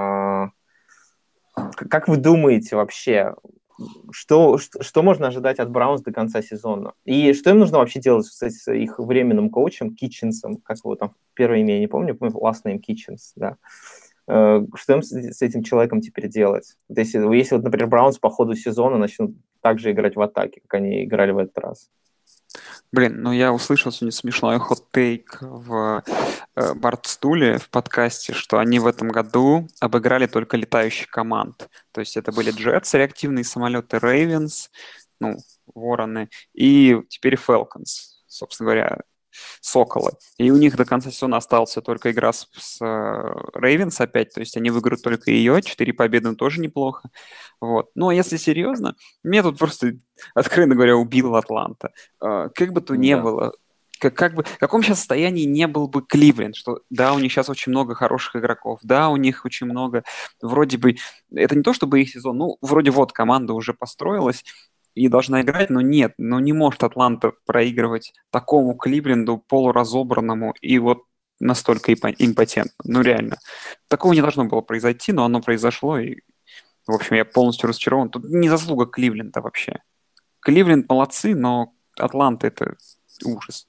как вы думаете вообще, что можно ожидать от Браунс до конца сезона? И что им нужно вообще делать с их временным коучем Китченсом, как его там первое имя, я не помню, last name Kitchens, да. Что им с этим человеком теперь делать? Если вот, например, Браунс по ходу сезона начнут так же играть в атаке, как они играли в этот раз. Блин, я услышал сегодня смешной хот-тейк в Бартстуле в подкасте, что они в этом году обыграли только летающих команд. То есть это были Джетс, реактивные самолеты, Рейвенс, Вороны, и теперь Falcons, собственно говоря, Соколы. И у них до конца сезона осталась только игра с Рейвенс опять, то есть они выиграют только ее, 4 победы тоже неплохо. Вот. А если серьезно, меня тут просто, откровенно говоря, убила Атланта. Как бы то ни было, в каком сейчас состоянии не был бы Кливленд, что да, у них сейчас очень много хороших игроков, да, у них очень много, вроде бы, это не то чтобы их сезон, вроде вот команда уже построилась, и должна играть, но нет, не может Атланта проигрывать такому Кливленду полуразобранному и вот настолько импотентно. Реально. Такого не должно было произойти, но оно произошло, и, в общем, я полностью разочарован. Тут не заслуга Кливленда вообще. Кливленд молодцы, но Атланта — это ужас.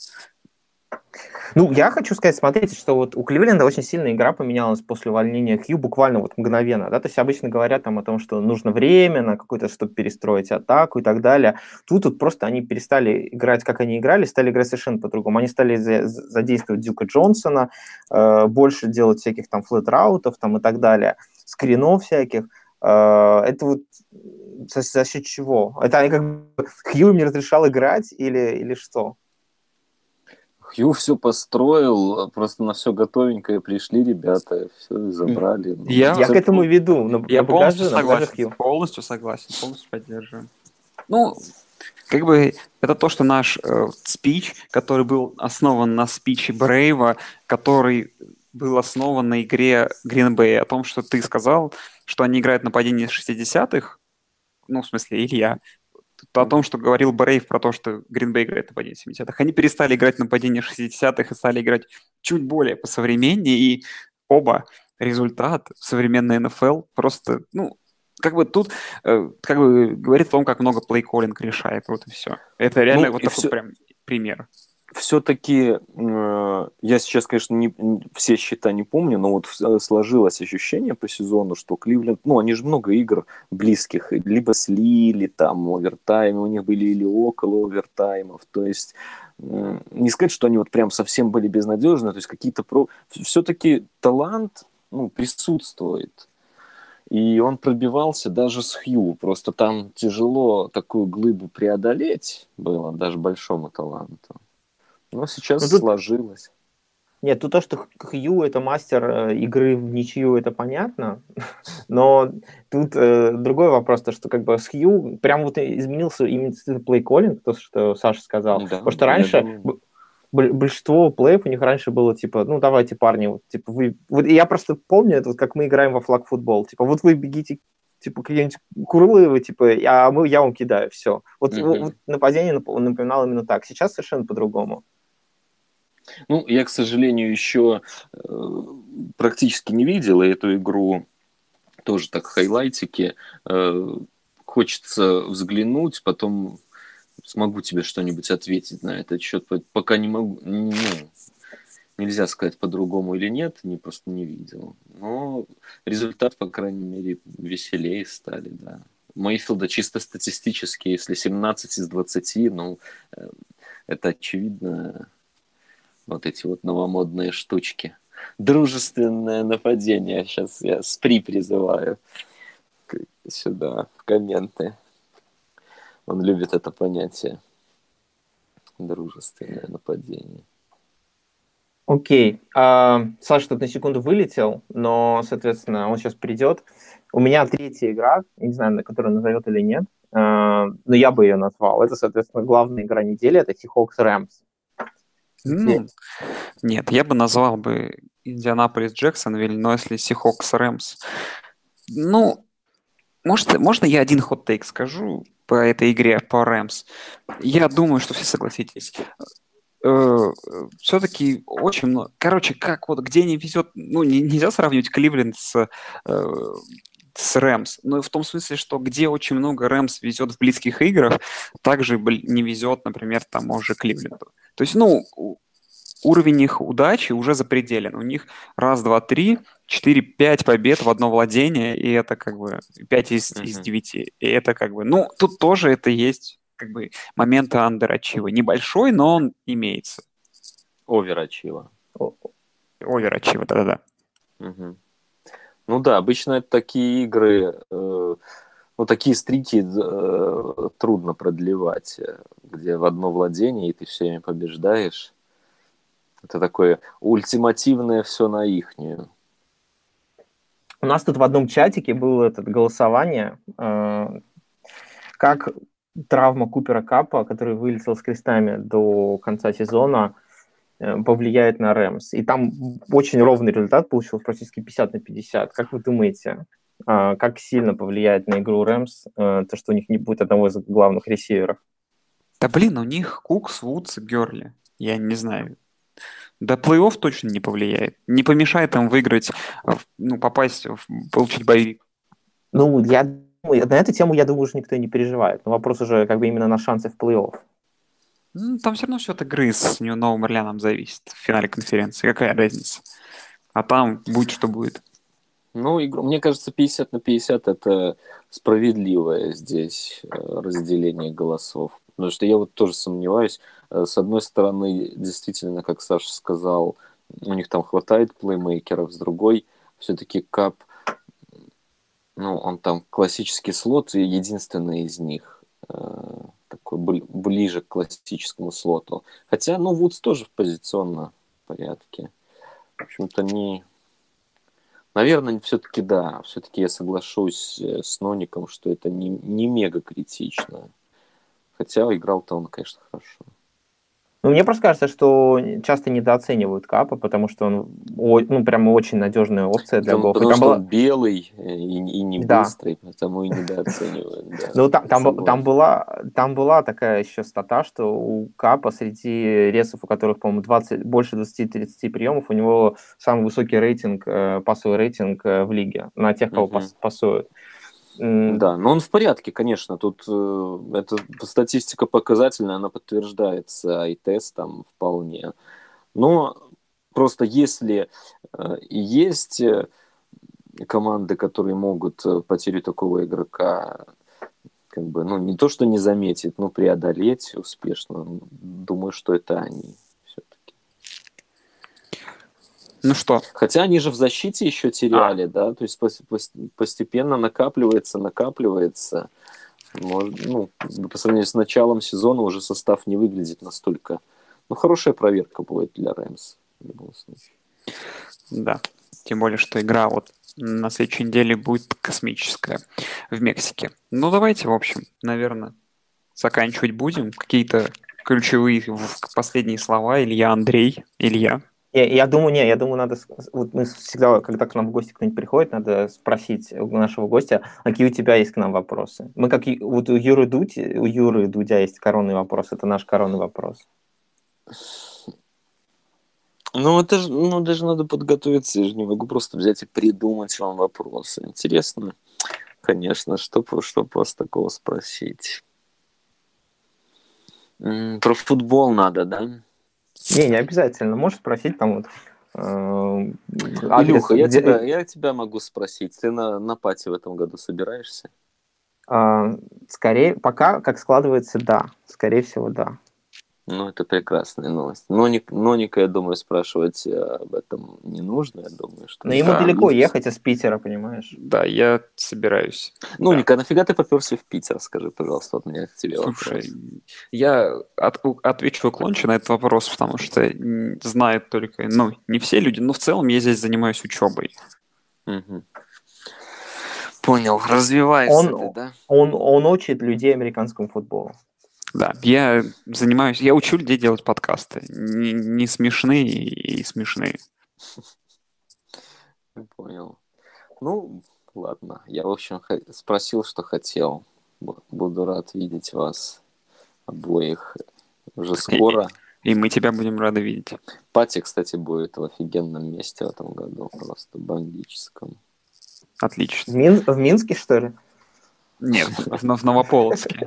Я хочу сказать, смотрите, что вот у Кливленда очень сильная игра поменялась после увольнения Хью, буквально мгновенно, да, то есть обычно говорят о том, что нужно время на какое-то, чтобы перестроить атаку и так далее. Тут просто они перестали играть, как они играли, стали играть совершенно по-другому. Они стали задействовать Дюка Джонсона, больше делать всяких там флэт-раутов там и так далее, скринов всяких. Это вот за счет чего? Это они Хью им не разрешал играть или что? Хью все построил, просто на все готовенькое пришли ребята, все забрали. Я к этому веду. Я полностью согласен, полностью поддерживаю. Это то, что наш спич, который был основан на спиче Брейва, который был основан на игре Green Bay, о том, что ты сказал, что они играют нападение 60-х, в смысле, Илья, о том, что говорил Брейв про то, что Green Bay играет нападение 70-х. Они перестали играть нападение 60-х и стали играть чуть более по-современнее, и оба результат в современной НФЛ просто, тут говорит о том, как много плей-коллинг решает, вот и все. Это реально такой прям пример. Все-таки, я сейчас, конечно, все счета не помню, но вот сложилось ощущение по сезону, что Кливленд, они же много игр близких, либо слили там овертаймы, у них были или около овертаймов, то есть не сказать, что они вот прям совсем были безнадежны, то есть какие-то все-таки талант, присутствует. И он пробивался даже с Хью. Просто там тяжело такую глыбу преодолеть было даже большому таланту. Но сейчас сложилось. Нет, тут то, что Хью — это мастер игры в ничью, это понятно. Но тут другой вопрос, то, что с Хью прям вот изменился именно плей-коллинг, то, что Саша сказал. Да, потому что раньше большинство плеев у них раньше было давайте, парни, вы... Вот я просто помню, это как мы играем во флаг-футбол. Вот вы бегите, какие-нибудь курлы, я вам кидаю, все. Вот нападение напоминало именно так. Сейчас совершенно по-другому. Я, к сожалению, еще практически не видел эту игру, тоже так хайлайтики. Хочется взглянуть, потом смогу тебе что-нибудь ответить на этот счет. Пока не могу. Ну, нельзя сказать по-другому или нет, просто не видел. Но результат, по крайней мере, веселее стали, да. Мейфилда чисто статистически, если 17 из 20, ну, это очевидно, вот эти вот новомодные штучки. Дружественное нападение. Сейчас я СПРИ призываю сюда, в комменты. Он любит это понятие. Дружественное нападение. Окей. Саша тут на секунду вылетел, но, соответственно, он сейчас придет. У меня третья игра, не знаю, на которую назовет или нет, но я бы ее назвал. Это, соответственно, главная игра недели, это Seahawks Rams. Ну, нет, я бы назвал бы Индианаполис Джексонвиль, но если Seahawks Рэмс... Ну, можно я один хот-тейк скажу по этой игре, по Рэмс? Я думаю, что все согласитесь. Все-таки очень много... Короче, как вот где не везет... Ну, нельзя сравнивать Кливленд с Рэмс. Но в том смысле, что где очень много Рэмс везет в близких играх, также не везет, например, тому же Кливленду. То есть, ну, уровень их удачи уже запределен. У них раз, два, три, 4-5 побед в одно владение, и это как бы 5 из 9. И это как бы... Ну, тут тоже это есть как бы моменты андерачива. Небольшой, но он имеется. Оверачива. Оверачива, да-да-да. Угу. Ну да, обычно это такие игры, ну такие стрики трудно продлевать, где в одно владение, и ты все время побеждаешь. Это такое ультимативное все на ихнюю. У нас тут в одном чатике было это голосование, как травма Купера Капа, который вылетел с крестами до конца сезона, повлияет на Рэмс. И там очень ровный результат получился, практически 50-50. Как вы думаете, как сильно повлияет на игру Рэмс то, что у них не будет одного из главных ресиверов? Да блин, у них Кукс, Вудс, Герли. Я не знаю. До плей-офф точно не повлияет. Не помешает им выиграть, ну, попасть, получить боевик. Ну, на эту тему, я думаю, уже никто не переживает. Но вопрос уже как бы именно на шансы в плей-офф. Ну, там все равно все от игры с Новым Орлеаном зависит в финале конференции. Какая разница? А там будет, что будет. Ну, мне кажется, 50 на 50 это справедливое здесь разделение голосов. Потому что я вот тоже сомневаюсь. С одной стороны, действительно, как Саша сказал, у них там хватает плеймейкеров. С другой, все-таки Кап, ну, он там классический слот, и единственный из них такой ближе к классическому слоту. Хотя, ну, Вудс тоже в позиционном порядке. В общем-то, не... Наверное, все-таки да. Все-таки я соглашусь с Ноником, что это не мега критично. Хотя играл-то он, конечно, хорошо. Ну, мне просто кажется, что часто недооценивают Капа, потому что он, ну, прямо очень надежная опция для голов. Потому что он белый и не быстрый, потому и недооценивают. Да. Ну, там была такая еще стата, что у Капа среди ресов, у которых, по-моему, больше 20-30 приемов, у него самый высокий рейтинг, пассовый рейтинг в лиге на тех, кого пасуют. Да, но он в порядке, конечно. Тут эта статистика показательная, она подтверждается ай-тестом вполне. Но просто если есть команды, которые могут потерю такого игрока как бы, ну, не то что не заметить, но преодолеть успешно, думаю, что это они. Ну что? Хотя они же в защите еще теряли, да, то есть постепенно накапливается. Ну, по сравнению с началом сезона уже состав не выглядит настолько... Ну, хорошая проверка будет для Рэмс в любом случае. Да, тем более, что игра вот на следующей неделе будет космическая в Мексике. Ну, давайте, в общем, наверное, заканчивать будем. Какие-то ключевые последние слова. Илья, Андрей, Илья. Я думаю, надо... Вот мы всегда, когда к нам в гости кто-нибудь приходит, надо спросить у нашего гостя, какие у тебя есть к нам вопросы. Мы как... Вот у Юры Дудя есть коронный вопрос, это наш коронный вопрос. Ну, это же, даже надо подготовиться, я же не могу просто взять и придумать вам вопросы. Интересно, конечно, что вас такого спросить? Про футбол надо, да? Не обязательно. Можешь спросить там вот адрес, Илюха, я где... тебя могу спросить. Ты на пати в этом году собираешься? Скорее, пока, как складывается, да. Скорее всего, да. Ну, это прекрасная новость. Ноника, я думаю, спрашивать об этом не нужно. Я думаю, что... Но ему Да, далеко видишь. ехать из Питера, понимаешь? Да, я собираюсь. Ноника, а нафига ты попёрся в Питер? Скажи, пожалуйста, вот у меня к тебе Слушай, вопрос. я отвечу уклончиво на этот вопрос, потому что знают только, не все люди, но в целом я здесь занимаюсь учебой. Мгм. Понял. Развиваешься ты, да? Он учит людей американскому футболу. Да, я учу людей делать подкасты. Не смешные и смешные. Понял. Ну, ладно. Я, в общем, спросил, что хотел. Буду рад видеть вас обоих уже скоро. И мы тебя будем рады видеть. Пати, кстати, будет в офигенном месте в этом году. Просто бомбическом. Отлично. В Минске, что ли? Нет, в Новополоцке.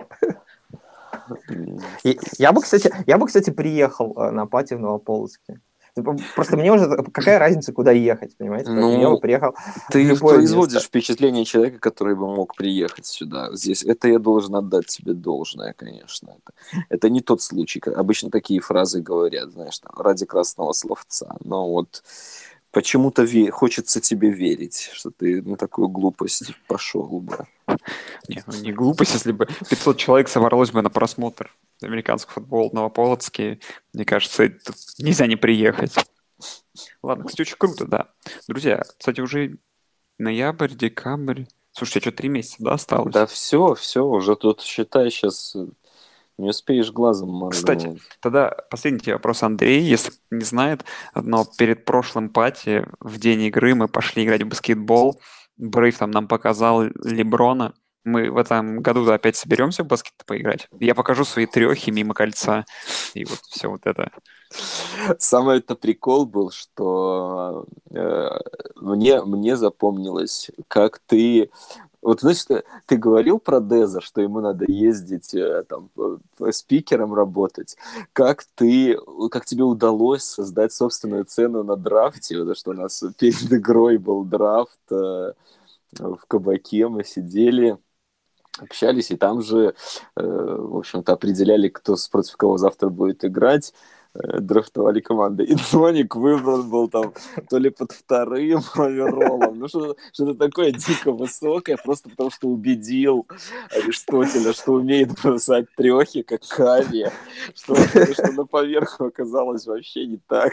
Я бы, кстати, приехал на пати в Новополоцке. Просто мне уже... Какая разница, куда ехать, понимаете? Ну, я бы приехал Ты в любое производишь место. впечатление человека, который бы мог приехать сюда. Здесь это я должен отдать тебе должное, конечно. Это не тот случай. Обычно такие фразы говорят, знаешь, там, ради красного словца. Но вот почему-то хочется тебе верить, что ты на такую глупость пошел бы. Не глупость, если бы 500 человек собралось бы на просмотр американского футбола в Новополоцке. Мне кажется, тут нельзя не приехать. Ладно, кстати, очень круто, да. Друзья, кстати, уже ноябрь, декабрь. Слушайте, что, 3 месяца, да, осталось? Да все, уже тут, считай, сейчас не успеешь глазом моргнуть. Кстати, тогда последний вопрос Андрей, если не знает, но перед прошлым пати в день игры мы пошли играть в баскетбол. Брейв там нам показал Леброна. Мы в этом году опять соберемся в баскет поиграть. Я покажу свои трехи мимо кольца. И вот все вот это. Самый это прикол был, что мне запомнилось, как ты... Вот, значит, ты говорил про Деза, что ему надо ездить, там, спикером работать. Как тебе удалось создать собственную цену на драфте? Потому что у нас перед игрой был драфт в кабаке, мы сидели, общались, и там же, в общем-то, определяли, кто против кого завтра будет играть. Драфтовали команды. И Ноник выбран был там то ли под 2-м овероллом. Ну, что-то такое дико высокое, просто потому что убедил Аристотеля, что умеет бросать трехи, как Карри, что на поверху оказалось вообще не так.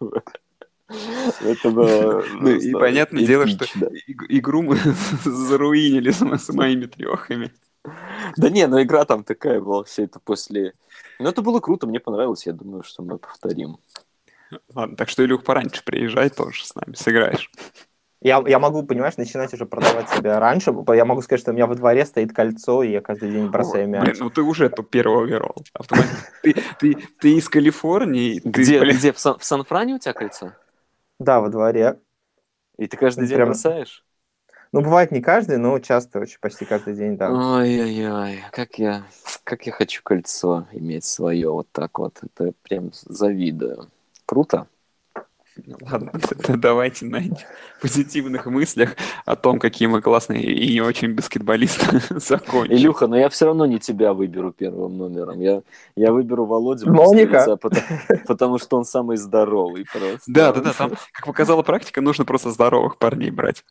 Это было... И понятное дело, что игру мы заруинили с моими трехами. Да не, но игра там такая была, все это после... Ну, это было круто, мне понравилось, я думаю, что мы повторим. Ладно, так что, Илюх, пораньше приезжай тоже с нами, сыграешь. Я могу, понимаешь, начинать уже продавать себя раньше. Я могу сказать, что у меня во дворе стоит кольцо, и я каждый день бросаю мяч. Блин, ну ты уже тут первый оверолл. Ты из Калифорнии. Где? В Сан-Фране у тебя кольцо? Да, во дворе. И ты каждый день бросаешь? Ну, бывает не каждый, но часто, очень почти каждый день, да. Ой-ой-ой, как я хочу кольцо иметь свое вот так вот. Это прям завидую. Круто? Ладно, давайте на этих позитивных мыслях о том, какие мы классные и не очень баскетболисты закончим. Илюха, но я все равно не тебя выберу первым номером. Я выберу Володю, потому что он самый здоровый просто. Да, там, как показала практика, нужно просто здоровых парней брать.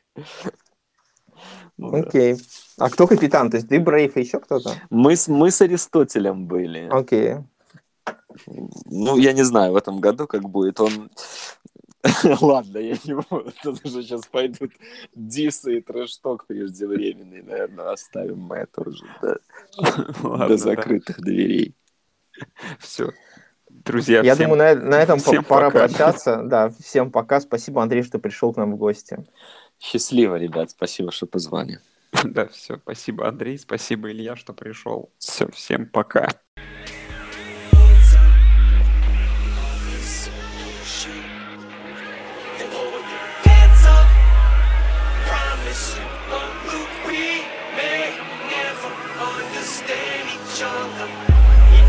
Окей. А кто капитан? То есть ты, Брейв и еще кто-то? Мы с Аристотелем были. Окей. Ну, я не знаю в этом году, как будет. Он... Ладно, я не буду. Тут уже сейчас пойдут дисы и трэш-ток преждевременный. Наверное, оставим мы это уже до закрытых дверей. Все. Друзья, я думаю, на этом пора пока. прощаться. Да, всем пока. Спасибо, Андрей, что пришел к нам в гости. Счастливо, ребят. Спасибо, что позвали. Да, все. Спасибо, Андрей. Спасибо, Илья, что пришел. Все, всем пока. Understand each other.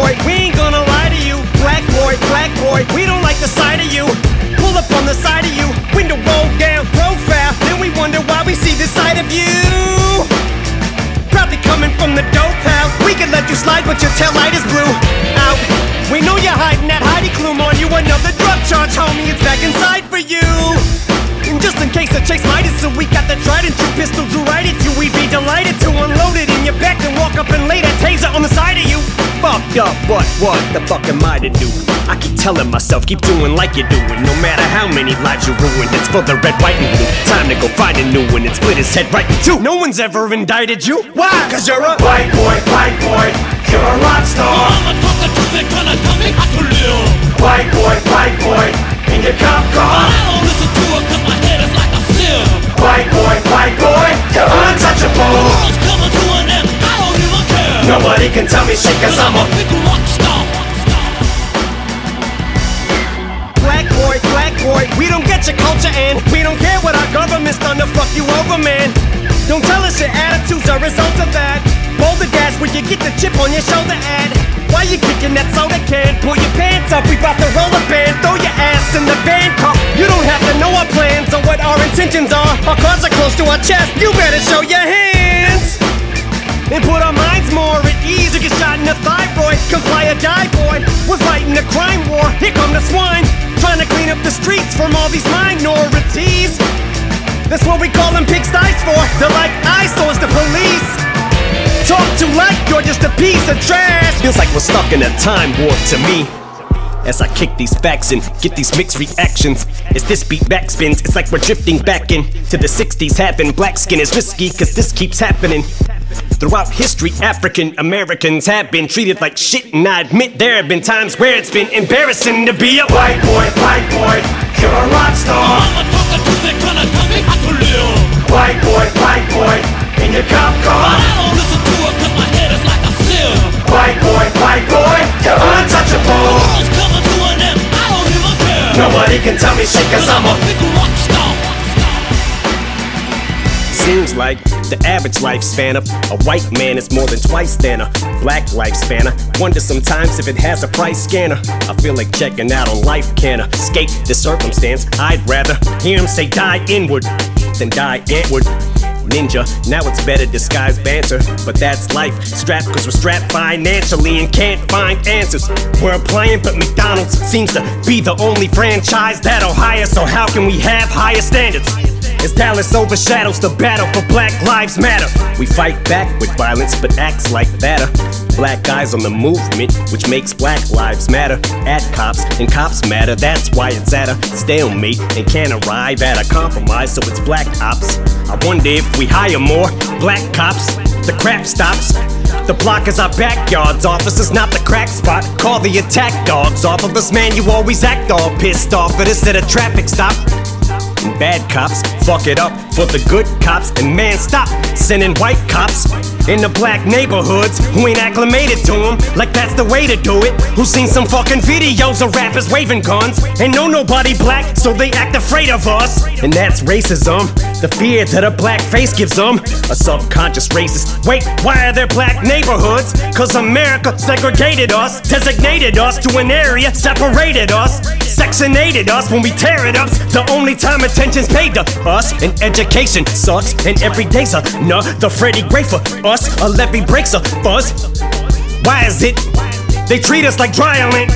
boy, we ain't gonna lie to you. Black boy, we don't like the sight of you. Pull up on the side of you, window roll down, profile. Then we wonder why we see the side of you. Probably coming from the dope house. We can let you slide, but your tail light is blue. Out. We know you're hiding that Heidi Klum on you. Another drug charge, homie, it's back inside for you. And just in case the chase might is so we got the trident, two pistol drew right at you. We'd be delighted to unload it in your back and walk up and lay that taser on the side of you. Fucked up, but what the fuck am I to do? I keep telling myself, keep doing like you're doing. No matter how many lives you ruined, it's for the red, white, and blue. Time to go find a new one and split his head right in two. No one's ever indicted you. Why? Cause you're a white boy, you're a rock star. White boy, in your cop car. I don't listen to it cause my head is like a sieve. White boy, you're untouchable. The world's coming to an end, I don't even care. Nobody can tell me shit cause I'm a big rock star. Black boy, we don't get your culture and we don't care what our government's done to fuck you over, man. Don't tell us your attitude's a result of that. Boulder dash when you get the chip on your shoulder ad. Why you kicking that soda can? Pull your pants up, we bout to roll a band. Throw your ass in the van car. You don't have to know our plans or what our intentions are. Our cards are close to our chest, you better show your hands. And put our minds more at ease. You get shot in the thyroid, comply or die, boy. We're fighting a crime war, here come the swine. Trying to clean up the streets from all these minorities. That's what we call them pigsties for. They're like eyesores to police. Talk too like you're just a piece of trash. Feels like we're stuck in a time warp to me. As I kick these facts and get these mixed reactions. As this beat backspins, it's like we're drifting back into the 60s. Having black skin is risky cause this keeps happening. Throughout history, African Americans have been treated like shit, and I admit there have been times where it's been embarrassing to be a white boy, you're a rock star. White boy, in your cop car. I don't listen to it cause my head is like a sieve. White boy, you're untouchable. The world's coming to an end, I don't even care. Nobody can tell me shit cause I'm a big rock star. Seems like the average lifespan of a white man is more than twice than a black lifespan. I wonder sometimes if it has a price scanner. I feel like checking out on life, can escape the circumstance. I'd rather hear him say die inward than die antward. Ninja, now it's better disguised banter, but that's life. Strapped cause we're strapped financially and can't find answers. We're applying, but McDonald's seems to be the only franchise that'll hire. So how can we have higher standards? As Dallas overshadows the battle for Black Lives Matter. We fight back with violence, but acts like that. Black eyes on the movement, which makes Black Lives Matter. At cops, and cops matter, that's why it's at a stalemate and can't arrive at a compromise, so it's black ops. I wonder if we hire more black cops, the crap stops. The block is our backyards, officers, not the crack spot. Call the attack dogs off of us, man, you always act all pissed off at us at a traffic stop. And bad cops fuck it up for the good cops. And man, stop sending white cops in the black neighborhoods who ain't acclimated to them like that's the way to do it. Who seen some fucking videos of rappers waving guns and know nobody black, so they act afraid of us. And that's racism, the fear that a black face gives them. A subconscious racist. Wait, why are there black neighborhoods? Cause America segregated us, designated us to an area, separated us, sectionated us. When we tear it up's the only time attention's paid to us. And education sucks, and every day's another Freddie Gray for us. A levee breaks a fuzz. Why is it they treat us like dry island?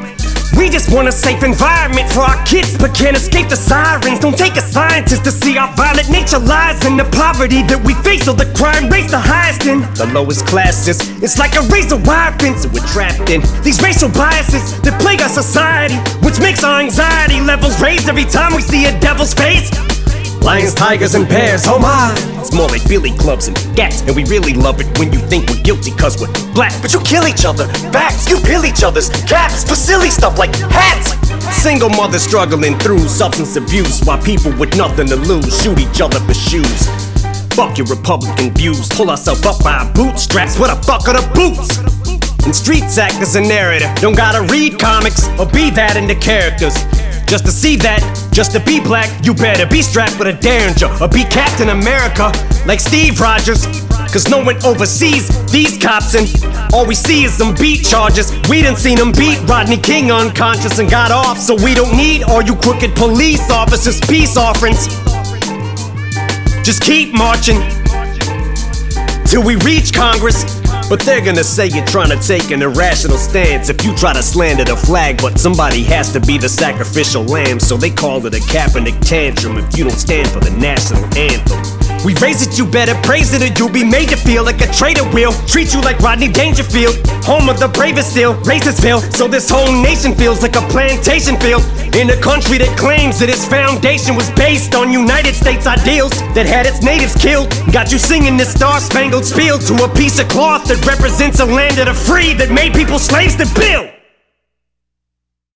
We just want a safe environment for our kids, but can't escape the sirens. Don't take a scientist to see our violent nature lies in the poverty that we face, or the crime rates the highest in the lowest classes. It's like a razor wire fence that we're trapped in. These racial biases that plague our society, which makes our anxiety levels raise every time we see a devil's face. Lions, tigers, and bears, oh my. It's more like billy clubs and gats, and we really love it when you think we're guilty cause we're black. But you kill each other, facts, you peel each other's caps for silly stuff like hats. Single mothers struggling through substance abuse, while people with nothing to lose shoot each other for shoes. Fuck your Republican views, pull ourselves up by our bootstraps. What the fuck are the boots? And streets act as a narrator, don't gotta read comics or be that into characters. Just to see that, just to be black, you better be strapped with a Derringer or be Captain America like Steve Rogers. cause no one oversees these cops, and all we see is them beat charges. We done seen them beat Rodney King unconscious and got off, so we don't need all you crooked police officers' peace offerings. Just keep marching till we reach Congress. But they're gonna say you're trying to take an irrational stance if you try to slander the flag, but somebody has to be the sacrificial lamb, so they call it a Kaepernick tantrum if you don't stand for the national anthem. We raise it, you better praise it, or you'll be made to feel like a traitor will treat you like Rodney Dangerfield, home of the bravest still, Racistville. So this whole nation feels like a plantation field in a country that claims that its foundation was based on United States ideals that had its natives killed. Got you singing this star-spangled spiel to a piece of cloth that represents a land of the free that made people slaves to build.